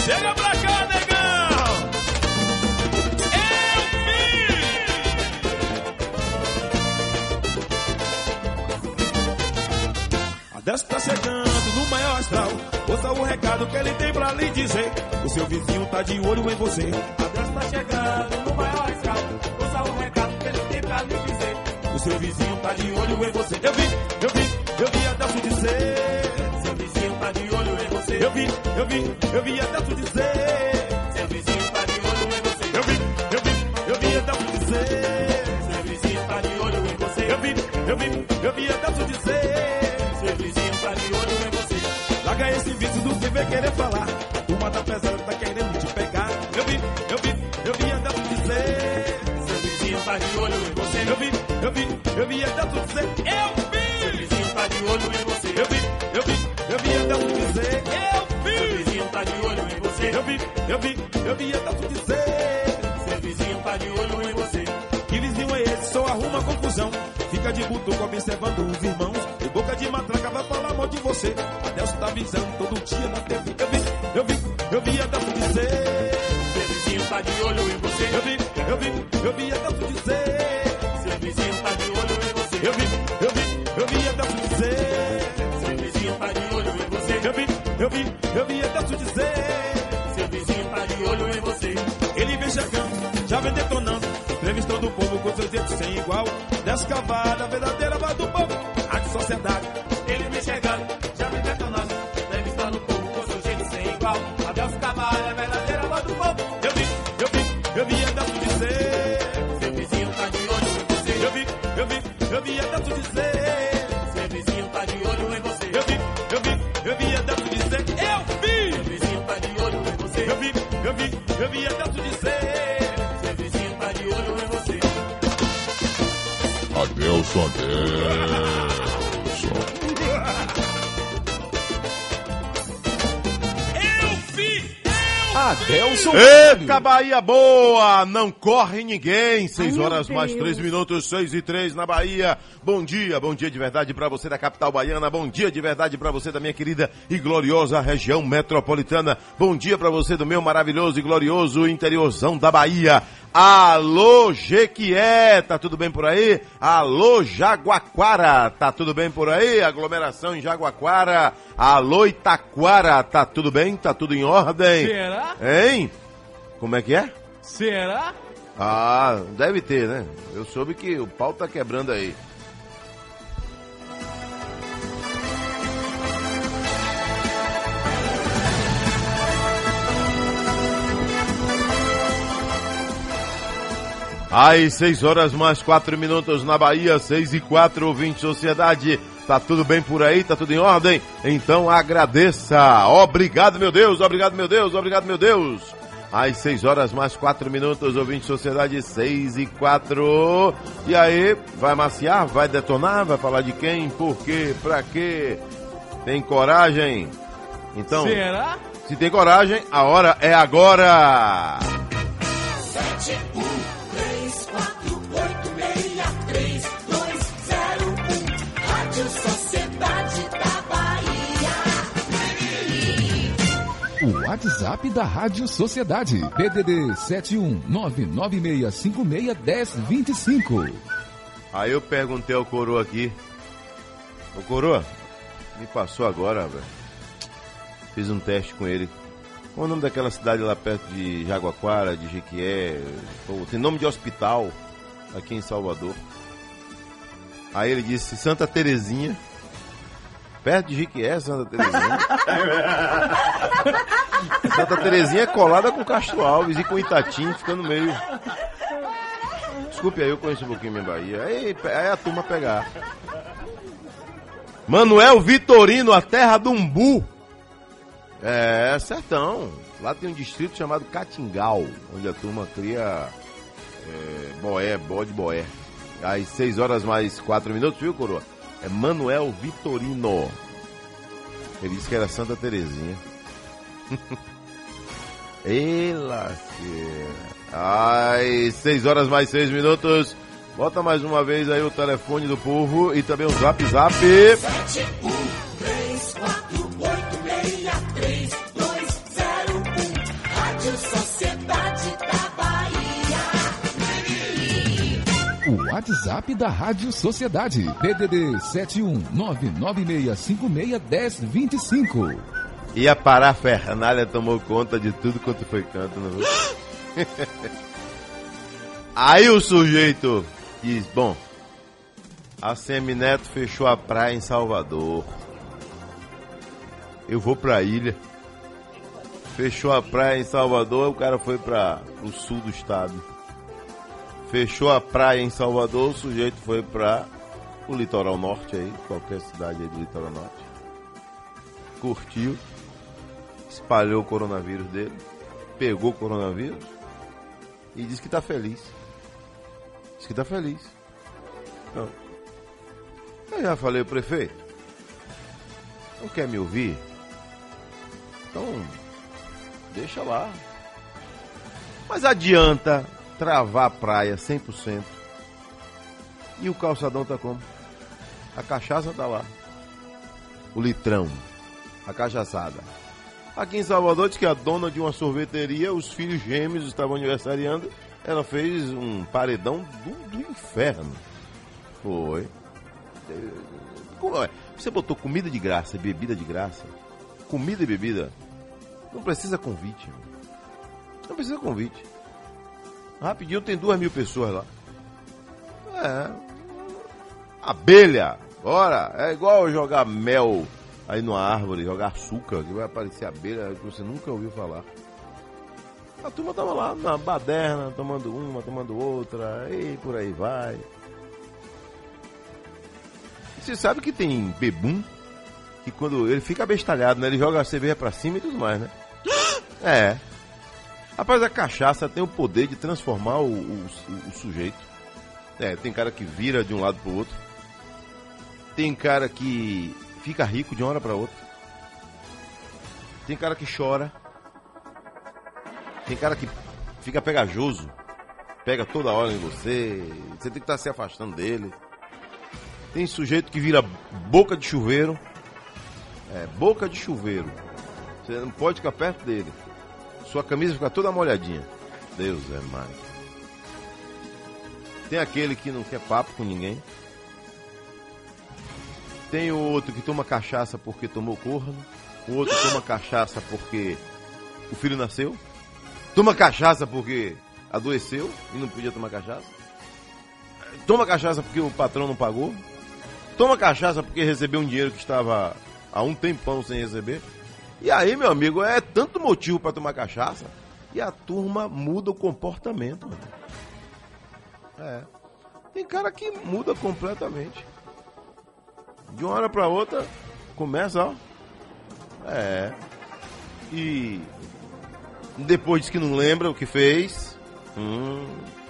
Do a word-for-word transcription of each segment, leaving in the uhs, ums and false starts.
Chega pra cá, negão. Eu vi. A Deus tá chegando no maior astral. Ouça o recado que ele tem pra lhe dizer. O seu vizinho tá de olho em você. A Deus tá chegando no maior astral. Ouça o recado que ele tem pra lhe dizer. O seu vizinho tá de olho em você. Eu vi, eu vi, eu vi a Deus dizer. Seu vizinho tá de olho em você. Eu vi, eu vi, eu vi a Deus dizer. Seu vizinho tá de olho em você. Eu vi, eu vi, eu vi a Deus dizer. Seu vizinho tá de olho em você. Eu vi, eu vi, eu vi a Deus dizer. Seu vizinho tá de olho em você. Larga esse vício do que vem querer falar. A turma tá pesada, tá querendo te pegar. Eu vi, eu vi, eu vi a Deus dizer. Seu vizinho tá de olho em você. Eu vi, eu vi, eu vi a Deus dizer. Eu vi. Seu vizinho tá de olho em você. Eu vi, eu vi, eu vi a Deus dizer. Eu vi. Seu vizinho tá de olho em você. Eu vi, eu vi, eu vi a Deus dizer. Seu vizinho tá de olho em você. Que vizinho é esse? Só arruma confusão. Fica de butuco observando os irmãos. E boca de matraca vai falar mal de você. A Deus tá avisando todo dia na T V. Eu vi, eu vi, eu vi a Deus dizer. Seu vizinho tá de olho em você. Eu vi, eu vi, eu vi a Deus dizer. Seu vizinho tá de olho em você. Eu vi, eu vi, eu vi a Deus dizer. Seu vizinho tá de olho em você. Eu vi, eu vi, eu vi a Deus dizer. Seu vizinho tá de olho em você. Ele vem chegando, já vem detonando, entrevistando o povo com seus dedos sem igual. Descavada, verdadeira voz do povo, a de sociedade. Ele vem chegando, já vem detonando, entrevistando o povo com seus dedos sem igual. A Descavada, verdadeira voz do povo. Eu vi, eu vi, eu vi a Deus dizer. Seu vizinho tá de olho em você. Eu vi, eu vi, eu vi a Deus dizer. Seu vizinho tá de olho em você. Eu vi, eu vi, eu vi a Deus dizer. Eu vi. Seu vizinho tá de olho em você. Eu vi, eu vi, eu vi a Deus dizer. Seu vizinho tá de olho em você. Adelson, Adelson. Adelson. Eita, Bahia boa! Não corre ninguém. Seis horas mais três minutos, seis e três na Bahia. Bom dia, bom dia de verdade pra você da capital baiana. Bom dia de verdade pra você da minha querida e gloriosa região metropolitana. Bom dia pra você do meu maravilhoso e glorioso interiorzão da Bahia. Alô, Jequié, tá tudo bem por aí? Alô, Jaguaquara, tá tudo bem por aí? Aglomeração em Jaguaquara. Alô, Itaquara, tá tudo bem? Tá tudo em ordem? Será? Hein? Como é que é? Será? Ah, deve ter, né? Eu soube que o pau tá quebrando aí. Às seis horas mais quatro minutos na Bahia, seis e quatro, ouvinte Sociedade. Tá tudo bem por aí? Tá tudo em ordem? Então agradeça. Obrigado, meu Deus. Obrigado, meu Deus. Obrigado, meu Deus. Às seis horas mais quatro minutos, ouvinte Sociedade, seis e quatro. E aí, vai maciar? Vai detonar? Vai falar de quem? Por quê? Pra quê? Tem coragem? Então, será? Se tem coragem, a hora é agora. Sete, um. três quatro oito seis três dois zero um Rádio Sociedade da Bahia. O WhatsApp da Rádio Sociedade. D D D sete um nove nove seis cinco seis um zero dois cinco. Aí eu perguntei ao Coroa aqui. Ô Coroa, me passou agora, velho. Fiz um teste com ele. Qual é o nome daquela cidade lá perto de Jaguaquara, de Jequié? Pô, tem nome de hospital aqui em Salvador. Aí ele disse Santa Terezinha. Perto de Jequié, Santa Terezinha. Santa Terezinha é colada com Castro Alves e com Itatim, ficando meio... Desculpe aí, eu conheço um pouquinho minha Bahia. Aí, aí a turma pegar. Manuel Vitorino, a terra do umbu. É, sertão. Lá tem um distrito chamado Catingal, onde a turma cria é, boé, bode boé. Às seis horas mais quatro minutos, viu, Coroa? É Manuel Vitorino. Ele disse que era Santa Terezinha. Ela, às seis horas mais seis minutos. Bota mais uma vez aí o telefone do povo e também o zap zap. sete um três quatro oito seis três dois zero um WhatsApp da Rádio Sociedade. D D D sete um nove nove seis cinco seis um zero dois cinco. E a parafernália tomou conta de tudo quanto foi canto, não foi? Aí o sujeito diz, bom, a Semineto fechou a praia em Salvador. Eu vou pra ilha. Fechou a praia em Salvador, o cara foi para o sul do estado. Fechou a praia em Salvador, o sujeito foi para o litoral norte aí, qualquer cidade aí do litoral norte. Curtiu, espalhou o coronavírus dele, pegou o coronavírus e disse que tá feliz. Diz que tá feliz. Então, eu já falei, o prefeito, não quer me ouvir? Então, deixa lá. Mas adianta travar a praia cem por cento e o calçadão tá como? A cachaça tá lá. O litrão. A cachaçada. Aqui em Salvador diz que a dona de uma sorveteria, os filhos gêmeos estavam aniversariando, ela fez um paredão do, do inferno. Foi. Você botou comida de graça e bebida de graça. Comida e bebida. Não precisa convite. Não precisa convite. Rapidinho tem duas mil pessoas lá. É. Abelha. Bora. É igual jogar mel aí numa árvore, jogar açúcar, que vai aparecer abelha que você nunca ouviu falar. A turma tava lá na baderna, tomando uma, tomando outra, e por aí vai. Você sabe que tem bebum que quando ele fica abestalhado, né? Ele joga a cerveja pra cima e tudo mais, né? É. Rapaz, a cachaça tem o poder de transformar o, o, o sujeito. É, tem cara que vira de um lado pro outro. Tem cara que fica rico de uma hora pra outra. Tem cara que chora. Tem cara que fica pegajoso. Pega toda hora em você. Você tem que estar se afastando dele. Tem sujeito que vira boca de chuveiro. É, boca de chuveiro. Você não pode ficar perto dele. Sua camisa fica toda molhadinha. Deus é mais. Tem aquele que não quer papo com ninguém. Tem o outro que toma cachaça porque tomou corno. O outro toma cachaça porque o filho nasceu. Toma cachaça porque adoeceu e não podia tomar cachaça. Toma cachaça porque o patrão não pagou. Toma cachaça porque recebeu um dinheiro que estava há um tempão sem receber. E aí, meu amigo, é tanto motivo para tomar cachaça e a turma muda o comportamento. Mano. É. Tem cara que muda completamente. De uma hora para outra, começa, ó. É. E depois diz que não lembra o que fez. Hum.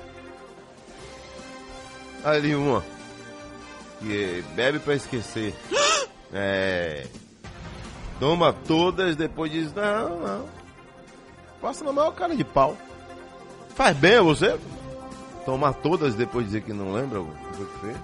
Ali uma. Que bebe para esquecer. É. Toma todas, depois diz, não, não. Passa na maior cara de pau. Faz bem a você tomar todas, depois dizer que não lembra o que fez.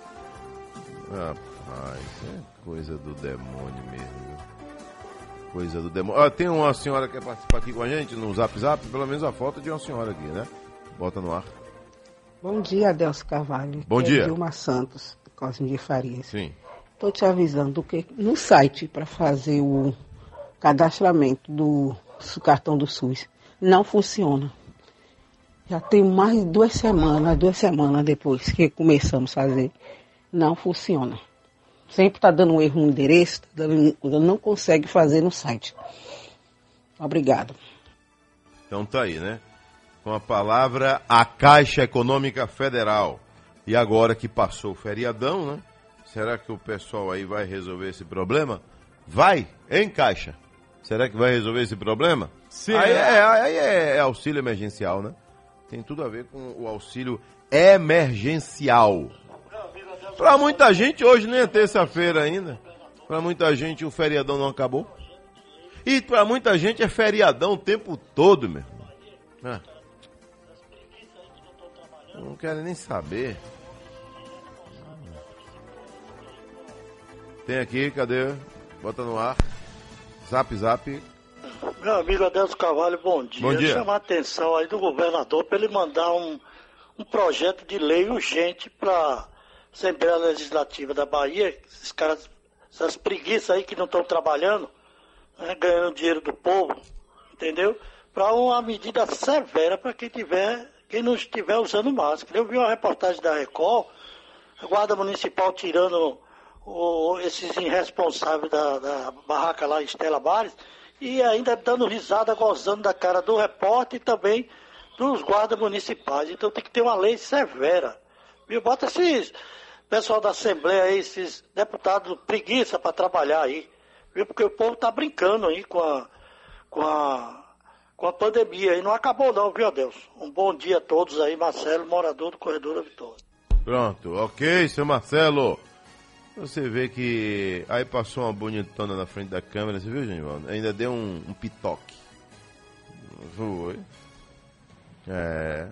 Rapaz, é coisa do demônio mesmo. Coisa do demônio. Ah, tem uma senhora que quer participar aqui com a gente no Zap Zap, pelo menos a foto de uma senhora aqui, né? Bota no ar. Bom dia, Adelso Carvalho. Bom dia. É Dilma Santos, Cosme de Farias. Sim. Estou te avisando que no site para fazer o cadastramento do cartão do SUS não funciona. Já tem mais de duas semanas, duas semanas depois que começamos a fazer, não funciona. Sempre está dando um erro no endereço, tá dando, não consegue fazer no site. Obrigado. Então tá aí, né? Com a palavra a Caixa Econômica Federal. E agora que passou o feriadão, né? Será que o pessoal aí vai resolver esse problema? Vai, em Caixa. Será que vai resolver esse problema? Sim. Aí é, aí é auxílio emergencial, né? Tem tudo a ver com o auxílio emergencial. Para muita gente, hoje nem é terça-feira ainda. Para muita gente o feriadão não acabou. E para muita gente é feriadão o tempo todo, meu irmão. Ah. Não quero nem saber. Tem aqui, cadê? Bota no ar. Zap, zap. Meu amigo Adelso Carvalho, bom dia. Bom dia. Chamar a atenção aí do governador para ele mandar um, um projeto de lei urgente para a Assembleia Legislativa da Bahia, esses caras, essas preguiças aí que não estão trabalhando, né, ganhando dinheiro do povo, entendeu? Para uma medida severa para quem tiver, quem não estiver usando máscara. Eu vi uma reportagem da Record, a Guarda Municipal tirando o, esses irresponsáveis da, da barraca lá, Estela Bares, e ainda dando risada, gozando da cara do repórter e também dos guardas municipais. Então tem que ter uma lei severa. Viu? Bota esses pessoal da Assembleia aí, esses deputados preguiça para trabalhar aí. Viu? Porque o povo tá brincando aí com a, com a, com a pandemia. E não acabou não, viu, Adelson? Um bom dia a todos aí, Marcelo, morador do Corredor da Vitória. Pronto, ok, seu Marcelo. Você vê que aí passou uma bonitona na frente da câmera, você viu, Genivaldo? Ainda deu um, um pitoque. Foi. É.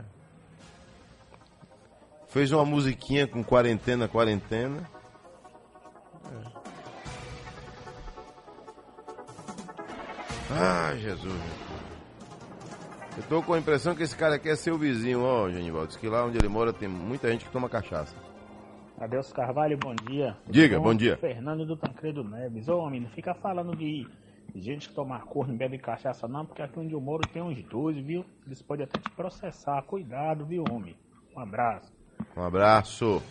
Fez uma musiquinha com quarentena, quarentena. É. Ah, Jesus. Eu tô com a impressão que esse cara aqui é seu vizinho, ó, Genivaldo. Diz que lá onde ele mora tem muita gente que toma cachaça. Adeus Carvalho, bom dia. Diga, bom dia. Fernando do Tancredo Neves. Ô, homem, não fica falando de gente que toma corno e bebe cachaça não, porque aqui onde eu moro tem uns dois, viu? Eles podem até te processar. Cuidado, viu, homem? Um abraço. Um abraço.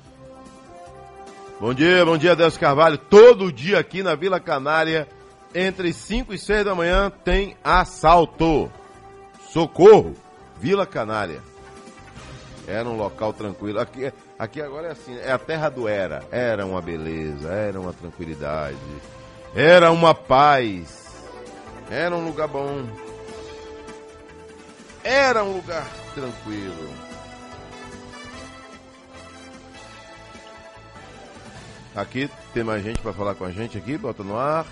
Bom dia, bom dia, Adeus Carvalho. Todo dia aqui na Vila Canária, entre cinco e seis da manhã, tem assalto. Socorro, Vila Canária. Era um local tranquilo. Aqui, aqui agora é assim, é a terra do era. Era uma beleza, era uma tranquilidade, era uma paz, era um lugar bom, era um lugar tranquilo. Aqui tem mais gente para falar com a gente aqui, bota no ar.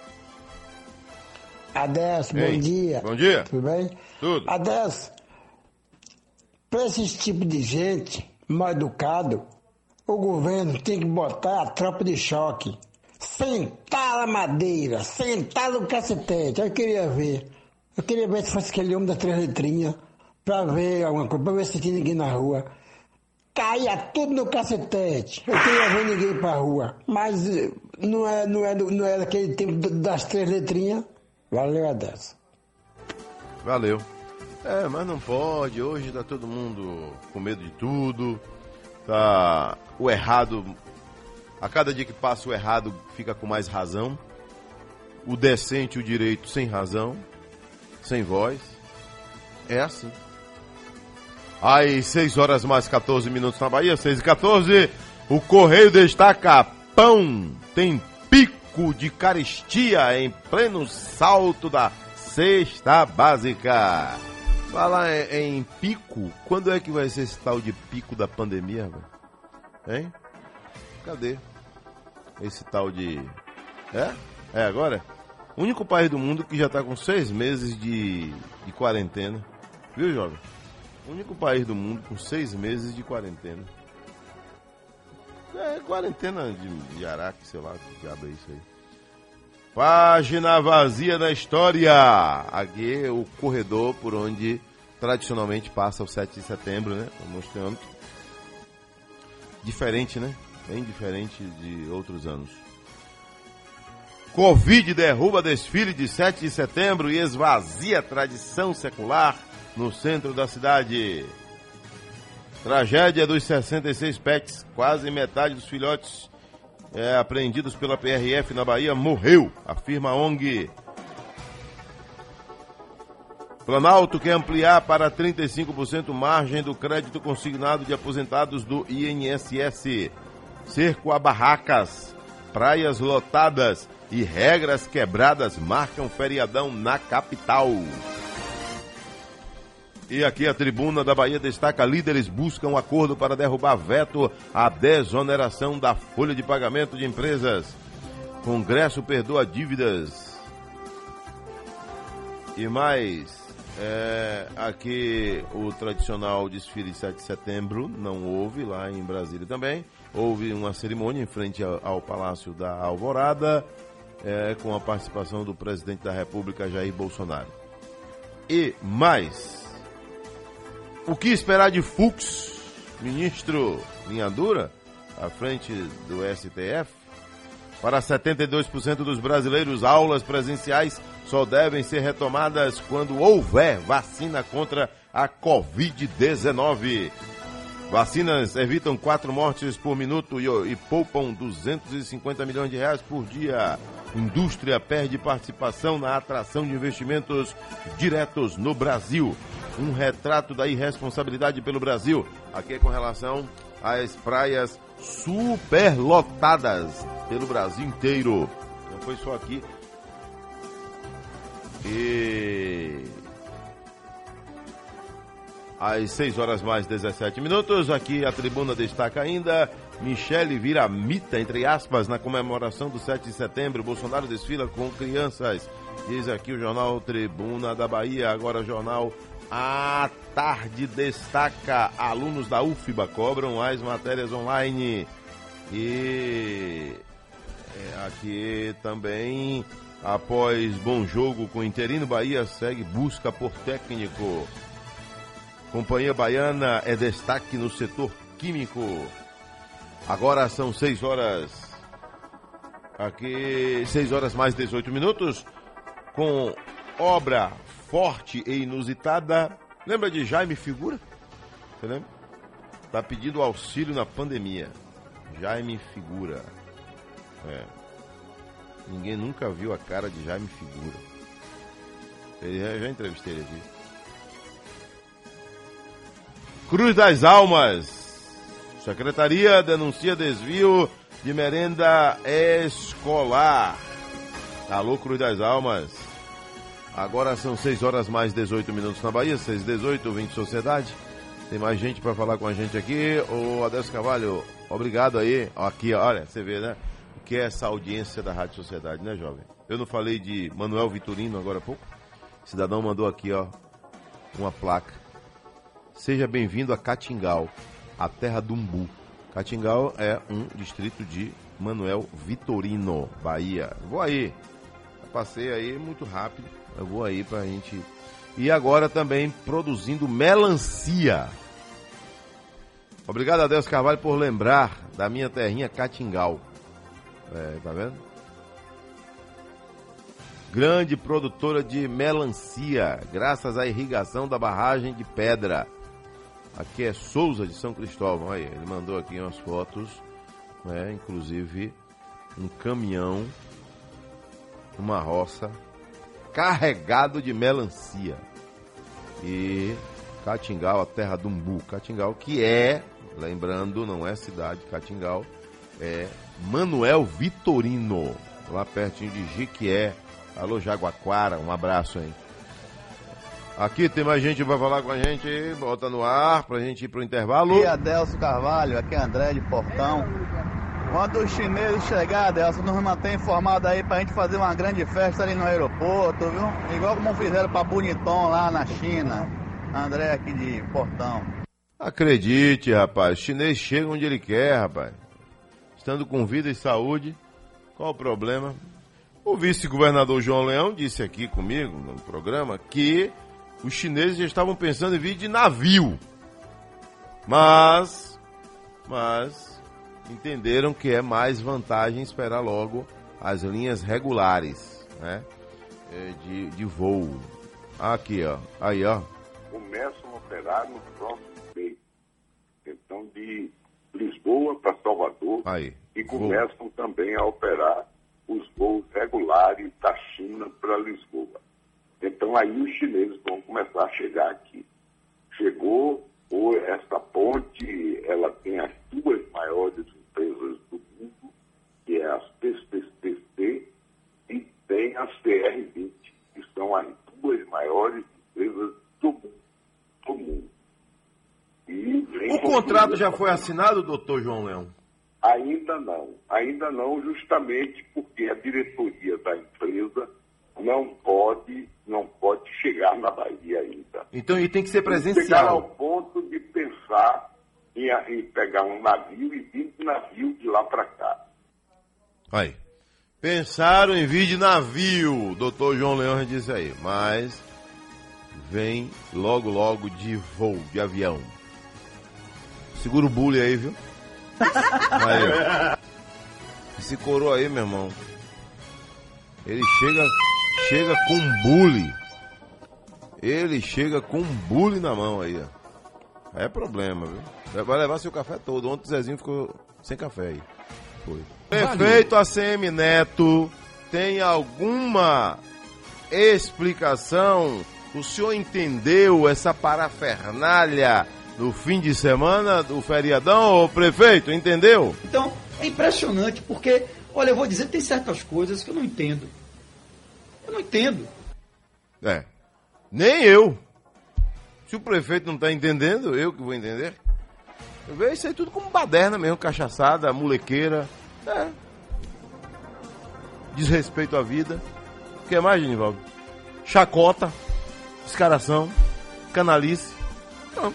Adeus, Ei, bom dia. Bom dia. Tudo bem? Tudo. Adeus, para esse tipo de gente mal educado, o governo tem que botar a tropa de choque. Sentar na madeira, sentar no cacetete. Eu queria ver. Eu queria ver se fosse aquele homem das três letrinhas, para ver alguma coisa, para ver se tinha ninguém na rua. Caía tudo no cacetete. Eu queria ver ninguém pra rua. Mas não é, não é, não é daquele tempo das três letrinhas. Valeu, Adeus. Valeu. É, mas não pode. Hoje tá todo mundo com medo de tudo. Tá o errado. A cada dia que passa o errado fica com mais razão. O decente, o direito sem razão, sem voz. É assim. Aí, seis horas mais quatorze minutos na Bahia, seis e quatorze. O Correio destaca: pão tem pico de carestia em pleno salto da cesta básica. Falar em, em pico, quando é que vai ser esse tal de pico da pandemia, velho? Hein? Cadê? Esse tal de... É? É agora? O único país do mundo que já tá com seis meses de, de quarentena. Viu, jovem? O único país do mundo com seis meses de quarentena. É, quarentena de, de Araque, sei lá, que diabo é isso aí. Página vazia da história. Aqui é o corredor por onde tradicionalmente passa o sete de setembro, né? Mostrando. Diferente, né? Bem diferente de outros anos. Covid derruba desfile de sete de setembro e esvazia a tradição secular no centro da cidade. Tragédia dos sessenta e seis pets. Quase metade dos filhotes é, apreendidos pela P R F na Bahia morreu, afirma a O N G. Planalto quer ampliar para trinta e cinco por cento margem do crédito consignado de aposentados do I N S S. Cerco a barracas, praias lotadas e regras quebradas marcam feriadão na capital. E aqui a Tribuna da Bahia destaca: líderes buscam acordo para derrubar veto à desoneração da folha de pagamento de empresas. Congresso perdoa dívidas. E mais, é, aqui o tradicional desfile de sete de setembro não houve, lá em Brasília também. Houve uma cerimônia em frente ao, ao Palácio da Alvorada, é, com a participação do presidente da República, Jair Bolsonaro. E mais... O que esperar de Fux, ministro linha dura, à frente do S T F? Para setenta e dois por cento dos brasileiros, aulas presenciais só devem ser retomadas quando houver vacina contra a covid dezenove. Vacinas evitam quatro mortes por minuto e, e poupam duzentos e cinquenta milhões de reais por dia. Indústria perde participação na atração de investimentos diretos no Brasil. Um retrato da irresponsabilidade pelo Brasil. Aqui é com relação às praias superlotadas pelo Brasil inteiro. Não foi só aqui. E às seis horas mais dezessete minutos, aqui a tribuna destaca ainda: Michele vira mita, entre aspas, na comemoração do sete de setembro. Bolsonaro desfila com crianças. Diz aqui o jornal Tribuna da Bahia. Agora o jornal A Tarde destaca: alunos da U F B A cobram as matérias online. E é, aqui também, após bom jogo com o Interino, Bahia segue busca por técnico. Companhia Baiana é destaque no setor químico. Agora são seis horas. Aqui, seis horas mais dezoito minutos. Com obra forte e inusitada. Lembra de Jaime Figura? Você lembra? Tá pedindo auxílio na pandemia. Jaime Figura. É. Ninguém nunca viu a cara de Jaime Figura. Eu já entrevistei ele aqui. Cruz das Almas. Secretaria denuncia desvio de merenda escolar. Alô, Cruz das Almas. Agora são seis horas mais dezoito minutos na Bahia, seis e dezoito, vinte Sociedade. Tem mais gente para falar com a gente aqui. Ô, Adelso Carvalho, obrigado aí. Aqui, olha, você vê, né? O que é essa audiência da Rádio Sociedade, né, jovem? Eu não falei de Manuel Vitorino agora há pouco? O cidadão mandou aqui, ó, uma placa. Seja bem-vindo a Catingal, a terra do umbu. Catingal é um distrito de Manuel Vitorino, Bahia. Vou aí. Passei aí muito rápido. Eu vou aí pra gente... E agora também produzindo melancia. Obrigado a Deus Carvalho por lembrar da minha terrinha Catingal. É, tá vendo? Grande produtora de melancia, graças à irrigação da barragem de Pedra. Aqui é Souza de São Cristóvão. Aí, ele mandou aqui umas fotos, né? Inclusive um caminhão, uma roça carregado de melancia. E Catingal, a terra do umbu. Catingal, que é, lembrando, não é cidade, Catingal é Manuel Vitorino, lá pertinho de Jiquié. Alô, Jaguaquara, um abraço, hein? Aqui tem mais gente pra falar com a gente, bota no ar pra gente ir pro intervalo. Aqui é Adelso Carvalho, aqui é André de Portão. Quando os chineses chegarem, Adelso, nos mantém informado aí pra gente fazer uma grande festa ali no aeroporto, viu? Igual como fizeram pra Boniton lá na China. André aqui de Portão. Acredite, rapaz, o chinês chega onde ele quer, rapaz. Estando com vida e saúde, qual o problema? O vice-governador João Leão disse aqui comigo no programa que os chineses já estavam pensando em vir de navio. Mas, mas, entenderam que é mais vantagem esperar logo as linhas regulares, né? De, de voo. Aqui, ó. Aí, ó. Começam a operar no próximo mês. Então, de Lisboa para Salvador. Aí. E começam voo. também a operar os voos regulares da China para Lisboa. Então aí os chineses vão começar a chegar aqui. Chegou, ou essa ponte, ela tem as duas maiores empresas do mundo, que é as P C C C e tem as C R vinte, que são as duas maiores empresas do mundo. Do mundo. E o contrato já foi assinado, doutor João Leão? Ainda não, ainda não, justamente porque a diretoria da empresa não pode, não pode chegar na Bahia ainda. Então ele tem que ser presencial. Chegar ao ponto de pensar em, em pegar um navio e vir de navio de lá para cá. Aí, pensaram em vir de navio, doutor João Leão disse aí, mas vem logo, logo de voo, de avião. Segura o bullying aí, viu? Aí, ó. Esse coroa aí, meu irmão, ele chega, chega com um bullying. Ele chega com um bullying na mão aí, ó. É problema, viu? Vai levar seu café todo. Ontem o Zezinho ficou sem café aí. Foi. Prefeito A C M Neto, tem alguma explicação? O senhor entendeu essa parafernália no fim de semana do feriadão, ô prefeito? Entendeu? Então, é impressionante porque, olha, eu vou dizer, tem certas coisas que eu não entendo. Eu não entendo. É. Nem eu. Se o prefeito não está entendendo, eu que vou entender. Eu vejo isso aí tudo como baderna mesmo, cachaçada, mulequeira. É. Desrespeito à vida. O que mais, Genivaldo? Chacota, descaração, canalice. Não.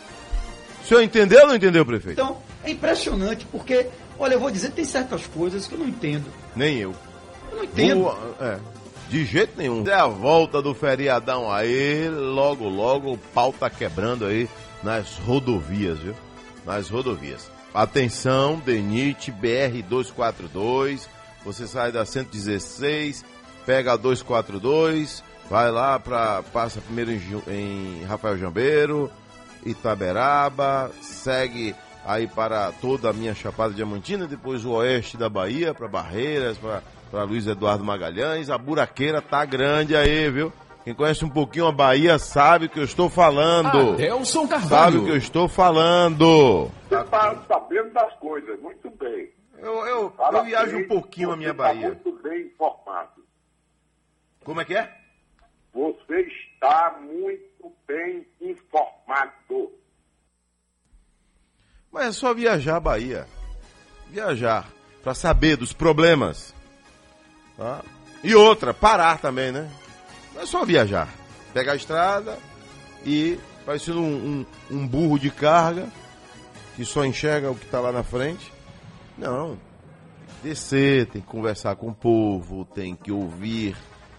O senhor entendeu ou não entendeu, prefeito? Então, é impressionante porque, olha, eu vou dizer, tem certas coisas que eu não entendo. Nem eu. Eu não entendo. Boa, é. De jeito nenhum. É a volta do feriadão aí, logo, logo o pau tá quebrando aí nas rodovias, viu? Nas rodovias. Atenção, D N I T, B R duzentos e quarenta e dois, você sai da cento e dezesseis, pega a duzentos e quarenta e dois, vai lá pra, passa primeiro em, em Rafael Jambeiro, Itaberaba, segue aí para toda a minha Chapada Diamantina, depois o oeste da Bahia, para Barreiras, para para Luiz Eduardo Magalhães. A buraqueira tá grande aí, viu? Quem conhece um pouquinho a Bahia sabe o que eu estou falando. Adelson Carvalho. Sabe o que eu estou falando. Você está sabendo das coisas, muito bem. Eu, eu, eu viajo um pouquinho a minha Bahia. Você está muito bem informado. Como é que é? Você está muito bem informado. Mas é só viajar a Bahia. Viajar para saber dos problemas. Tá? E outra, parar também, né? Não é só viajar. Pegar a estrada e parecendo um, um, um burro de carga que só enxerga o que está lá na frente. Não. Tem que descer, tem que conversar com o povo, tem que ouvir,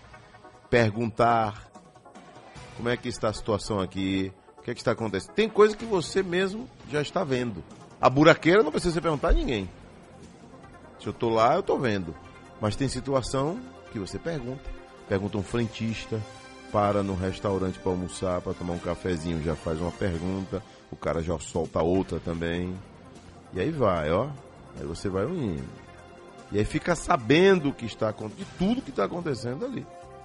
perguntar como é que está a situação aqui, o que é que está acontecendo. Tem coisa que você mesmo já está vendo. A buraqueira não precisa você perguntar a ninguém. Se eu estou lá, eu estou vendo. Mas tem situação que você pergunta. Pergunta um frentista, para no restaurante para almoçar, para tomar um cafezinho, já faz uma pergunta, o cara já solta outra também. E aí vai, ó. Aí você vai unindo. E aí fica sabendo o que está acontecendo, de tudo que está acontecendo ali.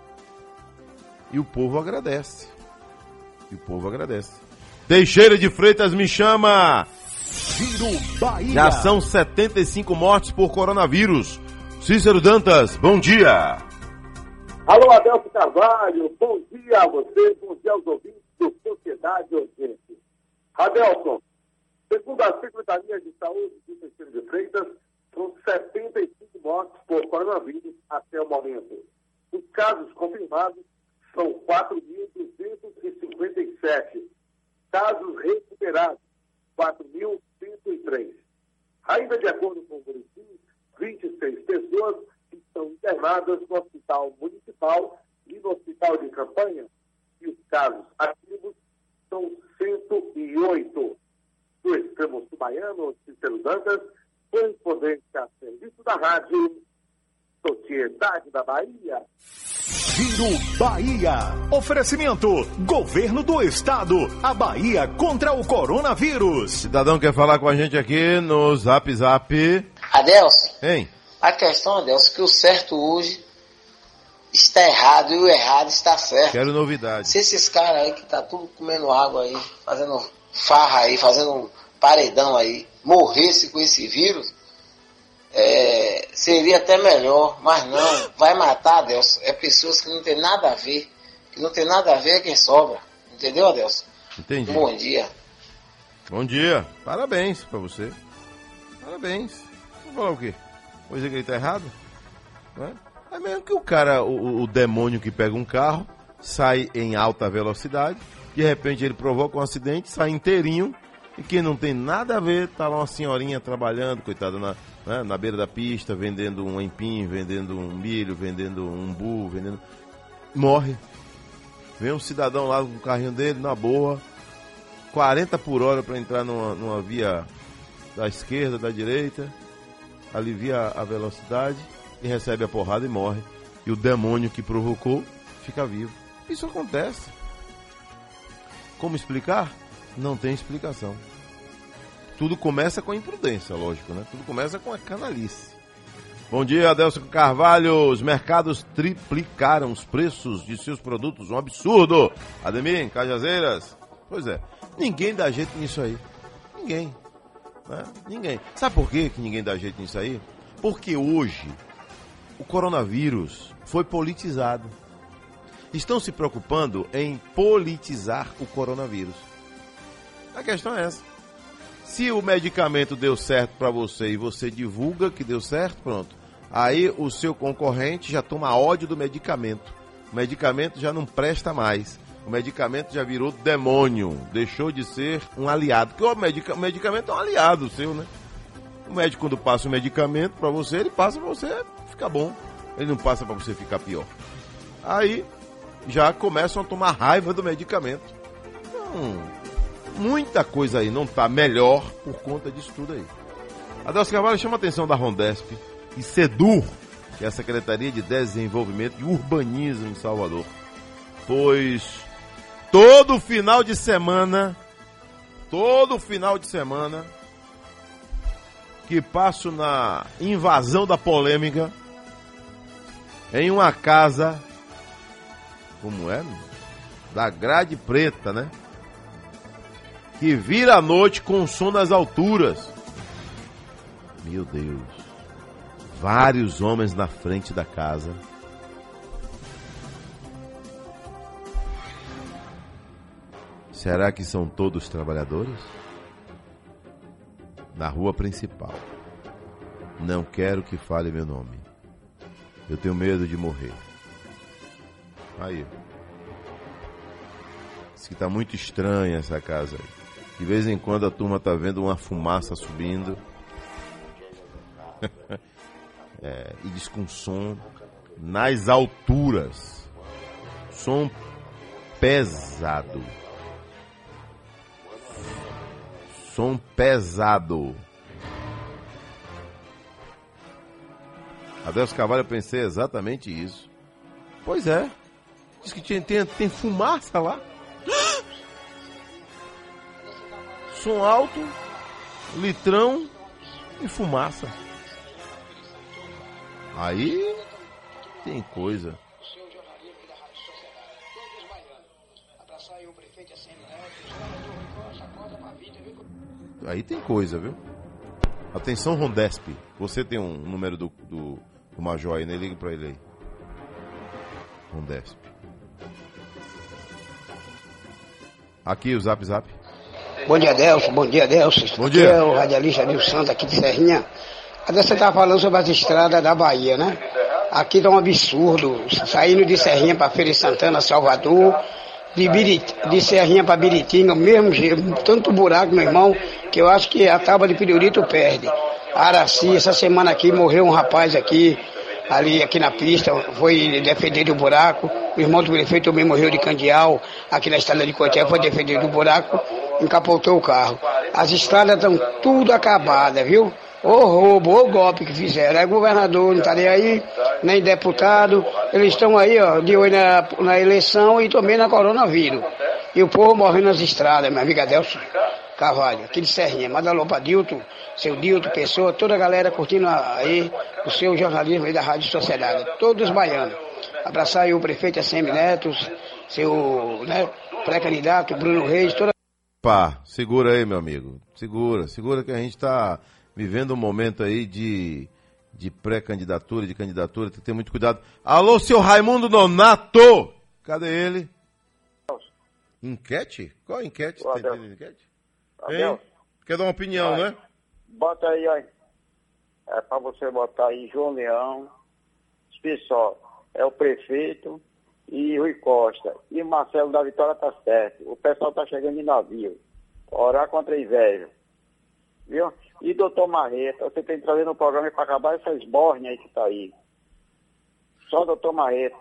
E o povo agradece. E o povo agradece. Teixeira de Freitas me chama. Giro Bahia. Já são setenta e cinco mortes por coronavírus. Cícero Dantas, bom dia. Alô, Adelson Carvalho, bom dia a você, bom dia aos ouvintes do Sociedade Urgente. Adelson, segundo a Secretaria de Saúde de Teixeira de Freitas, são setenta e cinco mortes por coronavírus até o momento. Os casos confirmados são quatro mil duzentos e cinquenta e sete. Casos recuperados, quatro mil cento e três. Ainda de acordo com o boletim, vinte e seis pessoas estão internadas no Hospital Municipal e no Hospital de Campanha, e os casos ativos são cento e oito. Do extremo sul baiano, Cícero Dantas, correspondente a serviço da rádio Sociedade da Bahia. Giro Bahia. Oferecimento: Governo do Estado. A Bahia contra o coronavírus. Cidadão quer falar com a gente aqui no Zap Zap. Adelson. Hein? A questão, Adelson, é que o certo hoje está errado e o errado está certo. Quero novidade. Se esses caras aí que tá tudo comendo água aí, fazendo farra aí, fazendo um paredão aí, morresse com esse vírus, é, seria até melhor, mas não, vai matar, Adelson, é pessoas que não tem nada a ver, que não tem nada a ver é quem sobra, entendeu, Adelson? Entendi. Bom dia. Bom dia, parabéns pra você, parabéns. Vou falar o quê? Vou dizer que ele tá errado? Não é? É mesmo que o cara, o, o demônio que pega um carro, sai em alta velocidade, de repente ele provoca um acidente, sai inteirinho, e quem não tem nada a ver, tá lá uma senhorinha trabalhando, coitada, na, né, na beira da pista, vendendo um empim, vendendo um milho, vendendo um umbu, vendendo... Morre. Vem um cidadão lá com o carrinho dele, na boa, quarenta por hora para entrar numa, numa via da esquerda, da direita, alivia a velocidade e recebe a porrada e morre. E o demônio que provocou fica vivo. Isso acontece. Como explicar? Não tem explicação. Tudo começa com a imprudência, lógico, né? Tudo começa com a canalice. Bom dia, Adelson Carvalho. Os mercados triplicaram os preços de seus produtos. Um absurdo. Ademir, em Cajazeiras. Pois é. Ninguém dá jeito nisso aí. Ninguém. Né? Ninguém. Sabe por quê que ninguém dá jeito nisso aí? Porque hoje o coronavírus foi politizado. Estão se preocupando em politizar o coronavírus. A questão é essa. Se o medicamento deu certo para você e você divulga que deu certo, pronto. Aí o seu concorrente já toma ódio do medicamento. O medicamento já não presta mais. O medicamento já virou demônio. Deixou de ser um aliado. Porque o, medica- o medicamento é um aliado seu, né? O médico, quando passa o medicamento para você, ele passa para você ficar bom. Ele não passa para você ficar pior. Aí já começam a tomar raiva do medicamento. Então, muita coisa aí não está melhor por conta disso tudo aí. Adelson Carvalho chama a atenção da Rondesp e SEDUR, que é a Secretaria de Desenvolvimento e Urbanismo em Salvador. Pois todo final de semana, todo final de semana, que passo na invasão da polêmica, em uma casa, como é? Da Grade Preta, né? Que vira a noite com som nas alturas. Meu Deus. Vários homens na frente da casa. Será que são todos trabalhadores? Na rua principal. Não quero que fale meu nome. Eu tenho medo de morrer. Aí. Diz que tá muito estranha essa casa aí. De vez em quando a turma tá vendo uma fumaça subindo. É, e diz com som nas alturas. Som pesado. Som pesado. Adelson Carvalho, eu pensei exatamente isso. Pois é. Diz que tem, tem, tem fumaça lá. Som alto, litrão e fumaça. Aí tem coisa. Aí tem coisa, viu? Atenção, Rondesp. Você tem um número do, do, do Major aí, né? Liga pra ele aí. Rondesp. Aqui o Zap Zap. Bom dia, Adelson. Bom dia, Adelson. Bom dia. Aqui é o radialista Nil Santos, aqui de Serrinha. Adelson, você estava falando sobre as estradas da Bahia, né? Aqui tá um absurdo. Saindo de Serrinha para Feira de Santana, Salvador, de, Birit... de Serrinha para Biritinga, mesmo jeito, tanto buraco, meu irmão, que eu acho que a tábua de pirulito perde. Araci, essa semana aqui morreu um rapaz aqui, ali aqui na pista, foi defender do buraco. O irmão do prefeito também morreu de Candial, aqui na estrada de Coité, foi defender do buraco, encapotou o carro. As estradas estão tudo acabadas, viu? Ô roubo, ô golpe que fizeram. É governador, não estaria aí, nem deputado. Eles estão aí, ó, de olho na, na eleição e também na coronavírus. E o povo morrendo nas estradas, minha amiga Adelson Carvalho, aqui de Serrinha. Manda alô pra Dilton, seu Dilton, Pessoa, toda a galera curtindo aí o seu jornalismo aí da Rádio Sociedade. Todos os baianos. Abraçar aí o prefeito A C M Neto, seu, né, pré-candidato Bruno Reis, toda... Pá, segura aí, meu amigo. Segura, segura que a gente tá vivendo um momento aí de, de pré-candidatura, de candidatura, tem que ter muito cuidado. Alô, seu Raimundo Nonato! Cadê ele? Enquete? Qual a enquete? Tá entendendo enquete? Hein? Quer dar uma opinião, Vai. né? Bota aí, ó. É pra você botar aí João Leão, pessoal, é o prefeito e Rui Costa. E Marcelo da Vitória tá certo. O pessoal tá chegando em navio. Orar contra a inveja. Viu? E doutor Marreta, você tem que trazer no programa para acabar essa esbórnia aí que tá aí. Só doutor Marreta.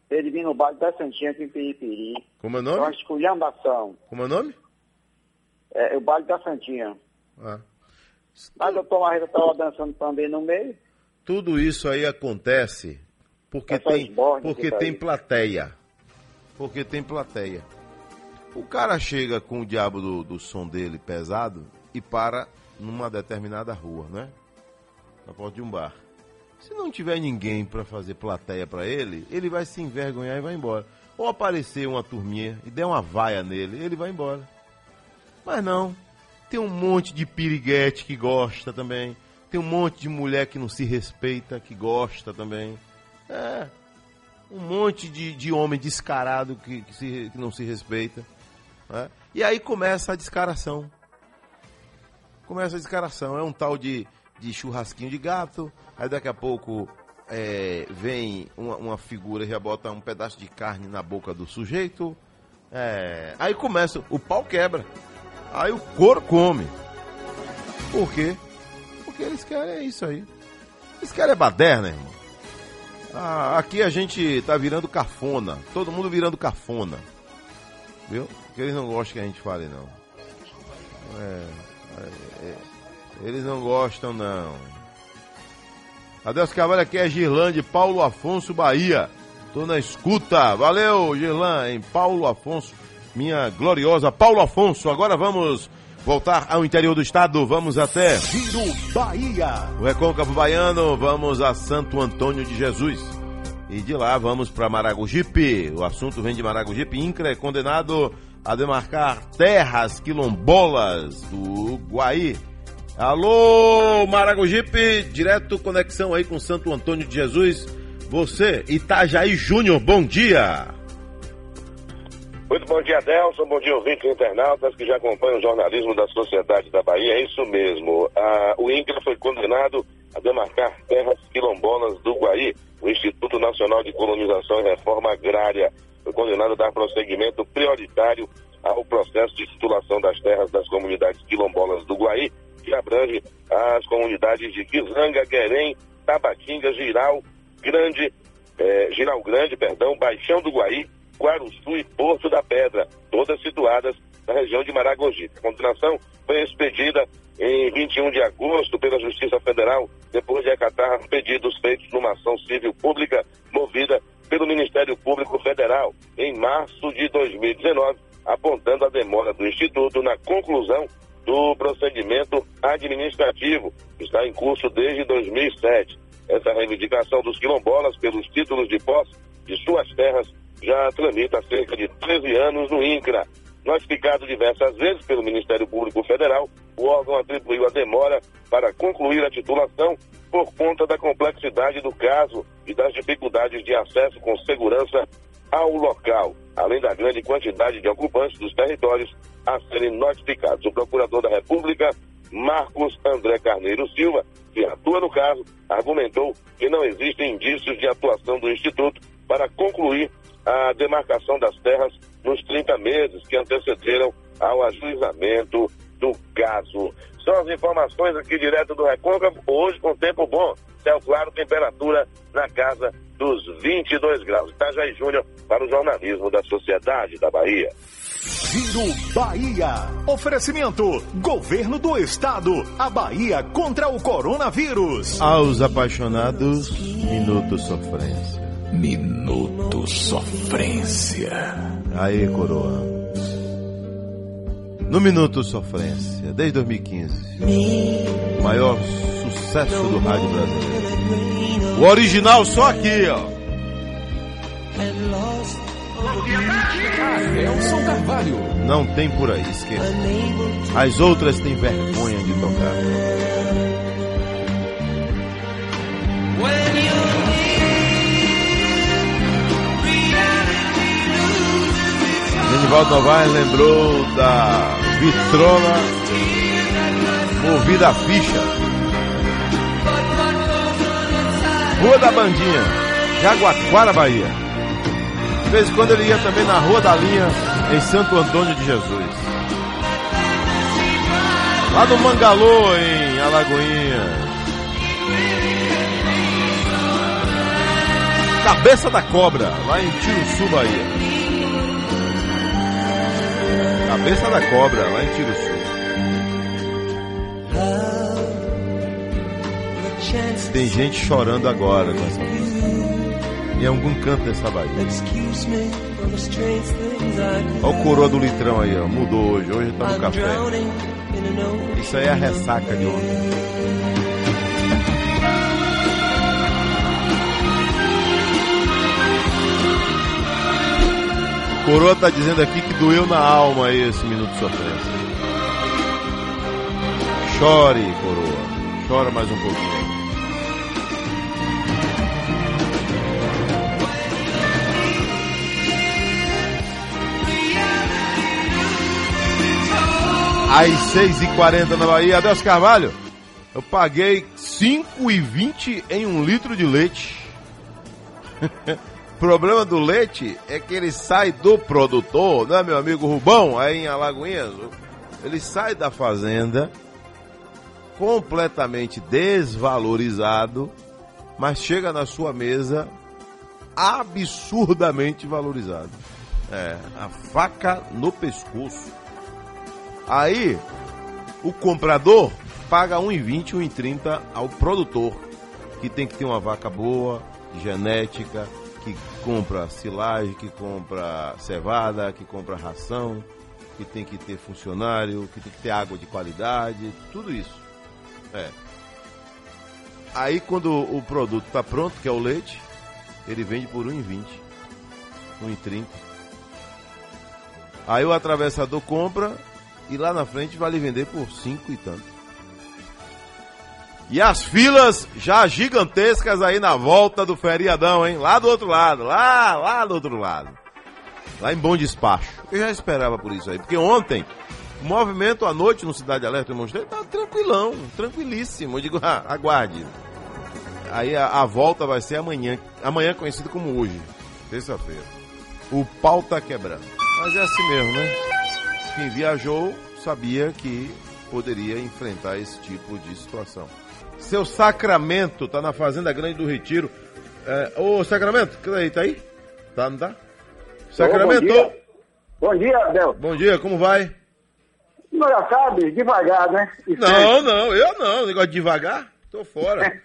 Ele vinha no baile da Santinha aqui em Piripiri. Como é o É uma nome? esculhambação. Como é o nome? É, é o baile da Santinha. Ah. Mas o doutor Marreira estava dançando também no meio. Tudo isso aí acontece porque Essa tem, esborne porque que tá tem aí. plateia. Porque tem plateia. O cara chega com o diabo do, do som dele pesado e para numa determinada rua, né? Na porta de um bar. Se não tiver ninguém para fazer plateia para ele, ele vai se envergonhar e vai embora. Ou aparecer uma turminha e der uma vaia nele, ele vai embora. Mas não. Tem um monte de piriguete que gosta também. Tem um monte de mulher que não se respeita, que gosta também. É. Um monte de, de homem descarado que, que, se, que não se respeita. Né? E aí começa a descaração. Começa a descaração. É um tal de, de churrasquinho de gato. Aí daqui a pouco é, vem uma, uma figura e já bota um pedaço de carne na boca do sujeito. É, aí começa, o pau quebra. Aí o couro come. Por quê? Porque eles querem isso aí. Eles querem baderna, irmão. Ah, aqui a gente tá virando cafona. Todo mundo virando cafona. Viu? Porque eles não gostam que a gente fale, não. É, é, é, eles não gostam, não. Adeus Carvalho, aqui é Girlan de Paulo Afonso, Bahia. Tô na escuta. Valeu, Girlan, em Paulo Afonso. Minha gloriosa Paulo Afonso. Agora vamos voltar ao interior do estado. Vamos até Giro Bahia. o Recôncavo Baiano. Vamos a Santo Antônio de Jesus. E de lá vamos para Maragogipe. O assunto vem de Maragogipe. INCRA é condenado a demarcar terras quilombolas do Guaí. Alô, Maragogipe. Direto conexão aí com Santo Antônio de Jesus. Você, Itajaí Júnior, bom dia. Muito bom dia, Adelson. Bom dia, ouvintes e internautas que já acompanham o jornalismo da Sociedade da Bahia. É isso mesmo. Ah, o INCRA foi condenado a demarcar terras quilombolas do Guaí. O Instituto Nacional de Colonização e Reforma Agrária foi condenado a dar prosseguimento prioritário ao processo de titulação das terras das comunidades quilombolas do Guaí, que abrange as comunidades de Quizanga, Guerém, Tabatinga, Giral Grande, eh, Giral Grande, perdão, Baixão do Guaí, Guaruçu e Porto da Pedra, todas situadas na região de Maragogipe. A condenação foi expedida em vinte e um de agosto pela Justiça Federal, depois de acatar pedidos feitos numa ação civil pública movida pelo Ministério Público Federal em março de dois mil e dezenove, apontando a demora do Instituto na conclusão do procedimento administrativo, que está em curso desde dois mil e sete. Essa reivindicação dos quilombolas pelos títulos de posse de suas terras já tramita há cerca de treze anos no INCRA. Notificado diversas vezes pelo Ministério Público Federal, o órgão atribuiu a demora para concluir a titulação por conta da complexidade do caso e das dificuldades de acesso com segurança ao local, além da grande quantidade de ocupantes dos territórios a serem notificados. O procurador da República, Marcos André Carneiro Silva, que atua no caso, argumentou que não existem indícios de atuação do Instituto para concluir a demarcação das terras nos trinta meses que antecederam ao ajuizamento do caso. São as informações aqui direto do Recôncavo, hoje com tempo bom, céu claro, temperatura na casa dos vinte e dois graus. Itajaí Júnior para o jornalismo da Sociedade da Bahia. Giro Bahia. Oferecimento: Governo do Estado. A Bahia contra o coronavírus. Aos apaixonados, Minuto Sofrência. Minuto Sofrência. Aí, coroa. No Minuto Sofrência, desde dois mil e quinze, o maior sucesso do rádio brasileiro. O original só aqui, ó. Nelson Carvalho. Não tem por aí, esqueça. As outras têm vergonha de tocar. Genivaldo Novaes lembrou da vitrola movida a ficha. Rua da Bandinha, Jaguaquara, Bahia. De vez em quando ele ia também na Rua da Linha, em Santo Antônio de Jesus. Lá no Mangalô, em Alagoinhas. Cabeça da Cobra, lá em Tiruçu, Bahia. Cabeça da Cobra, lá em Tiruçu. Tem gente chorando agora com essa música. Em algum canto dessa Bahia. Olha o coroa do litrão aí, ó. Mudou hoje, hoje tá no café. Isso aí é a ressaca de ontem. Coroa tá dizendo aqui que doeu na alma aí esse minuto de sofrência. Chore, coroa. Chora mais um pouquinho. Às seis e quarenta na Bahia. Adeus Carvalho. Eu paguei cinco e vinte em um litro de leite. O problema do leite é que ele sai do produtor, né, meu amigo Rubão, aí em Alagoinhas? Ele sai da fazenda completamente desvalorizado, mas chega na sua mesa absurdamente valorizado. É, a faca no pescoço. Aí, o comprador paga um e vinte, um e trinta ao produtor, que tem que ter uma vaca boa, genética, que compra silagem, que compra cevada, que compra ração, que tem que ter funcionário, que tem que ter água de qualidade, tudo isso. É. Aí quando o produto está pronto, que é o leite, ele vende por um e vinte, um e trinta. Aí o atravessador compra e lá na frente vai lhe vender por cinco e tanto. E as filas já gigantescas aí na volta do feriadão, hein? Lá do outro lado, lá, lá do outro lado. Lá em Bom Despacho. Eu já esperava por isso aí, porque ontem o movimento à noite no Cidade Alerta eu mostrei, tá tranquilão, tranquilíssimo. Eu digo, ah, aguarde. Aí a, a volta vai ser amanhã, amanhã conhecido como hoje, terça-feira. O pau tá quebrando. Mas é assim mesmo, né? Quem viajou sabia que poderia enfrentar esse tipo de situação. Seu Sacramento tá na Fazenda Grande do Retiro. É, ô, Sacramento, aí, tá aí? Tá, não tá? Sacramento! Ô, bom dia, bom dia, Abel. Bom dia, como vai? Não, já sabe, devagar, né? E não, sempre. não, eu não. Negócio de devagar, tô fora.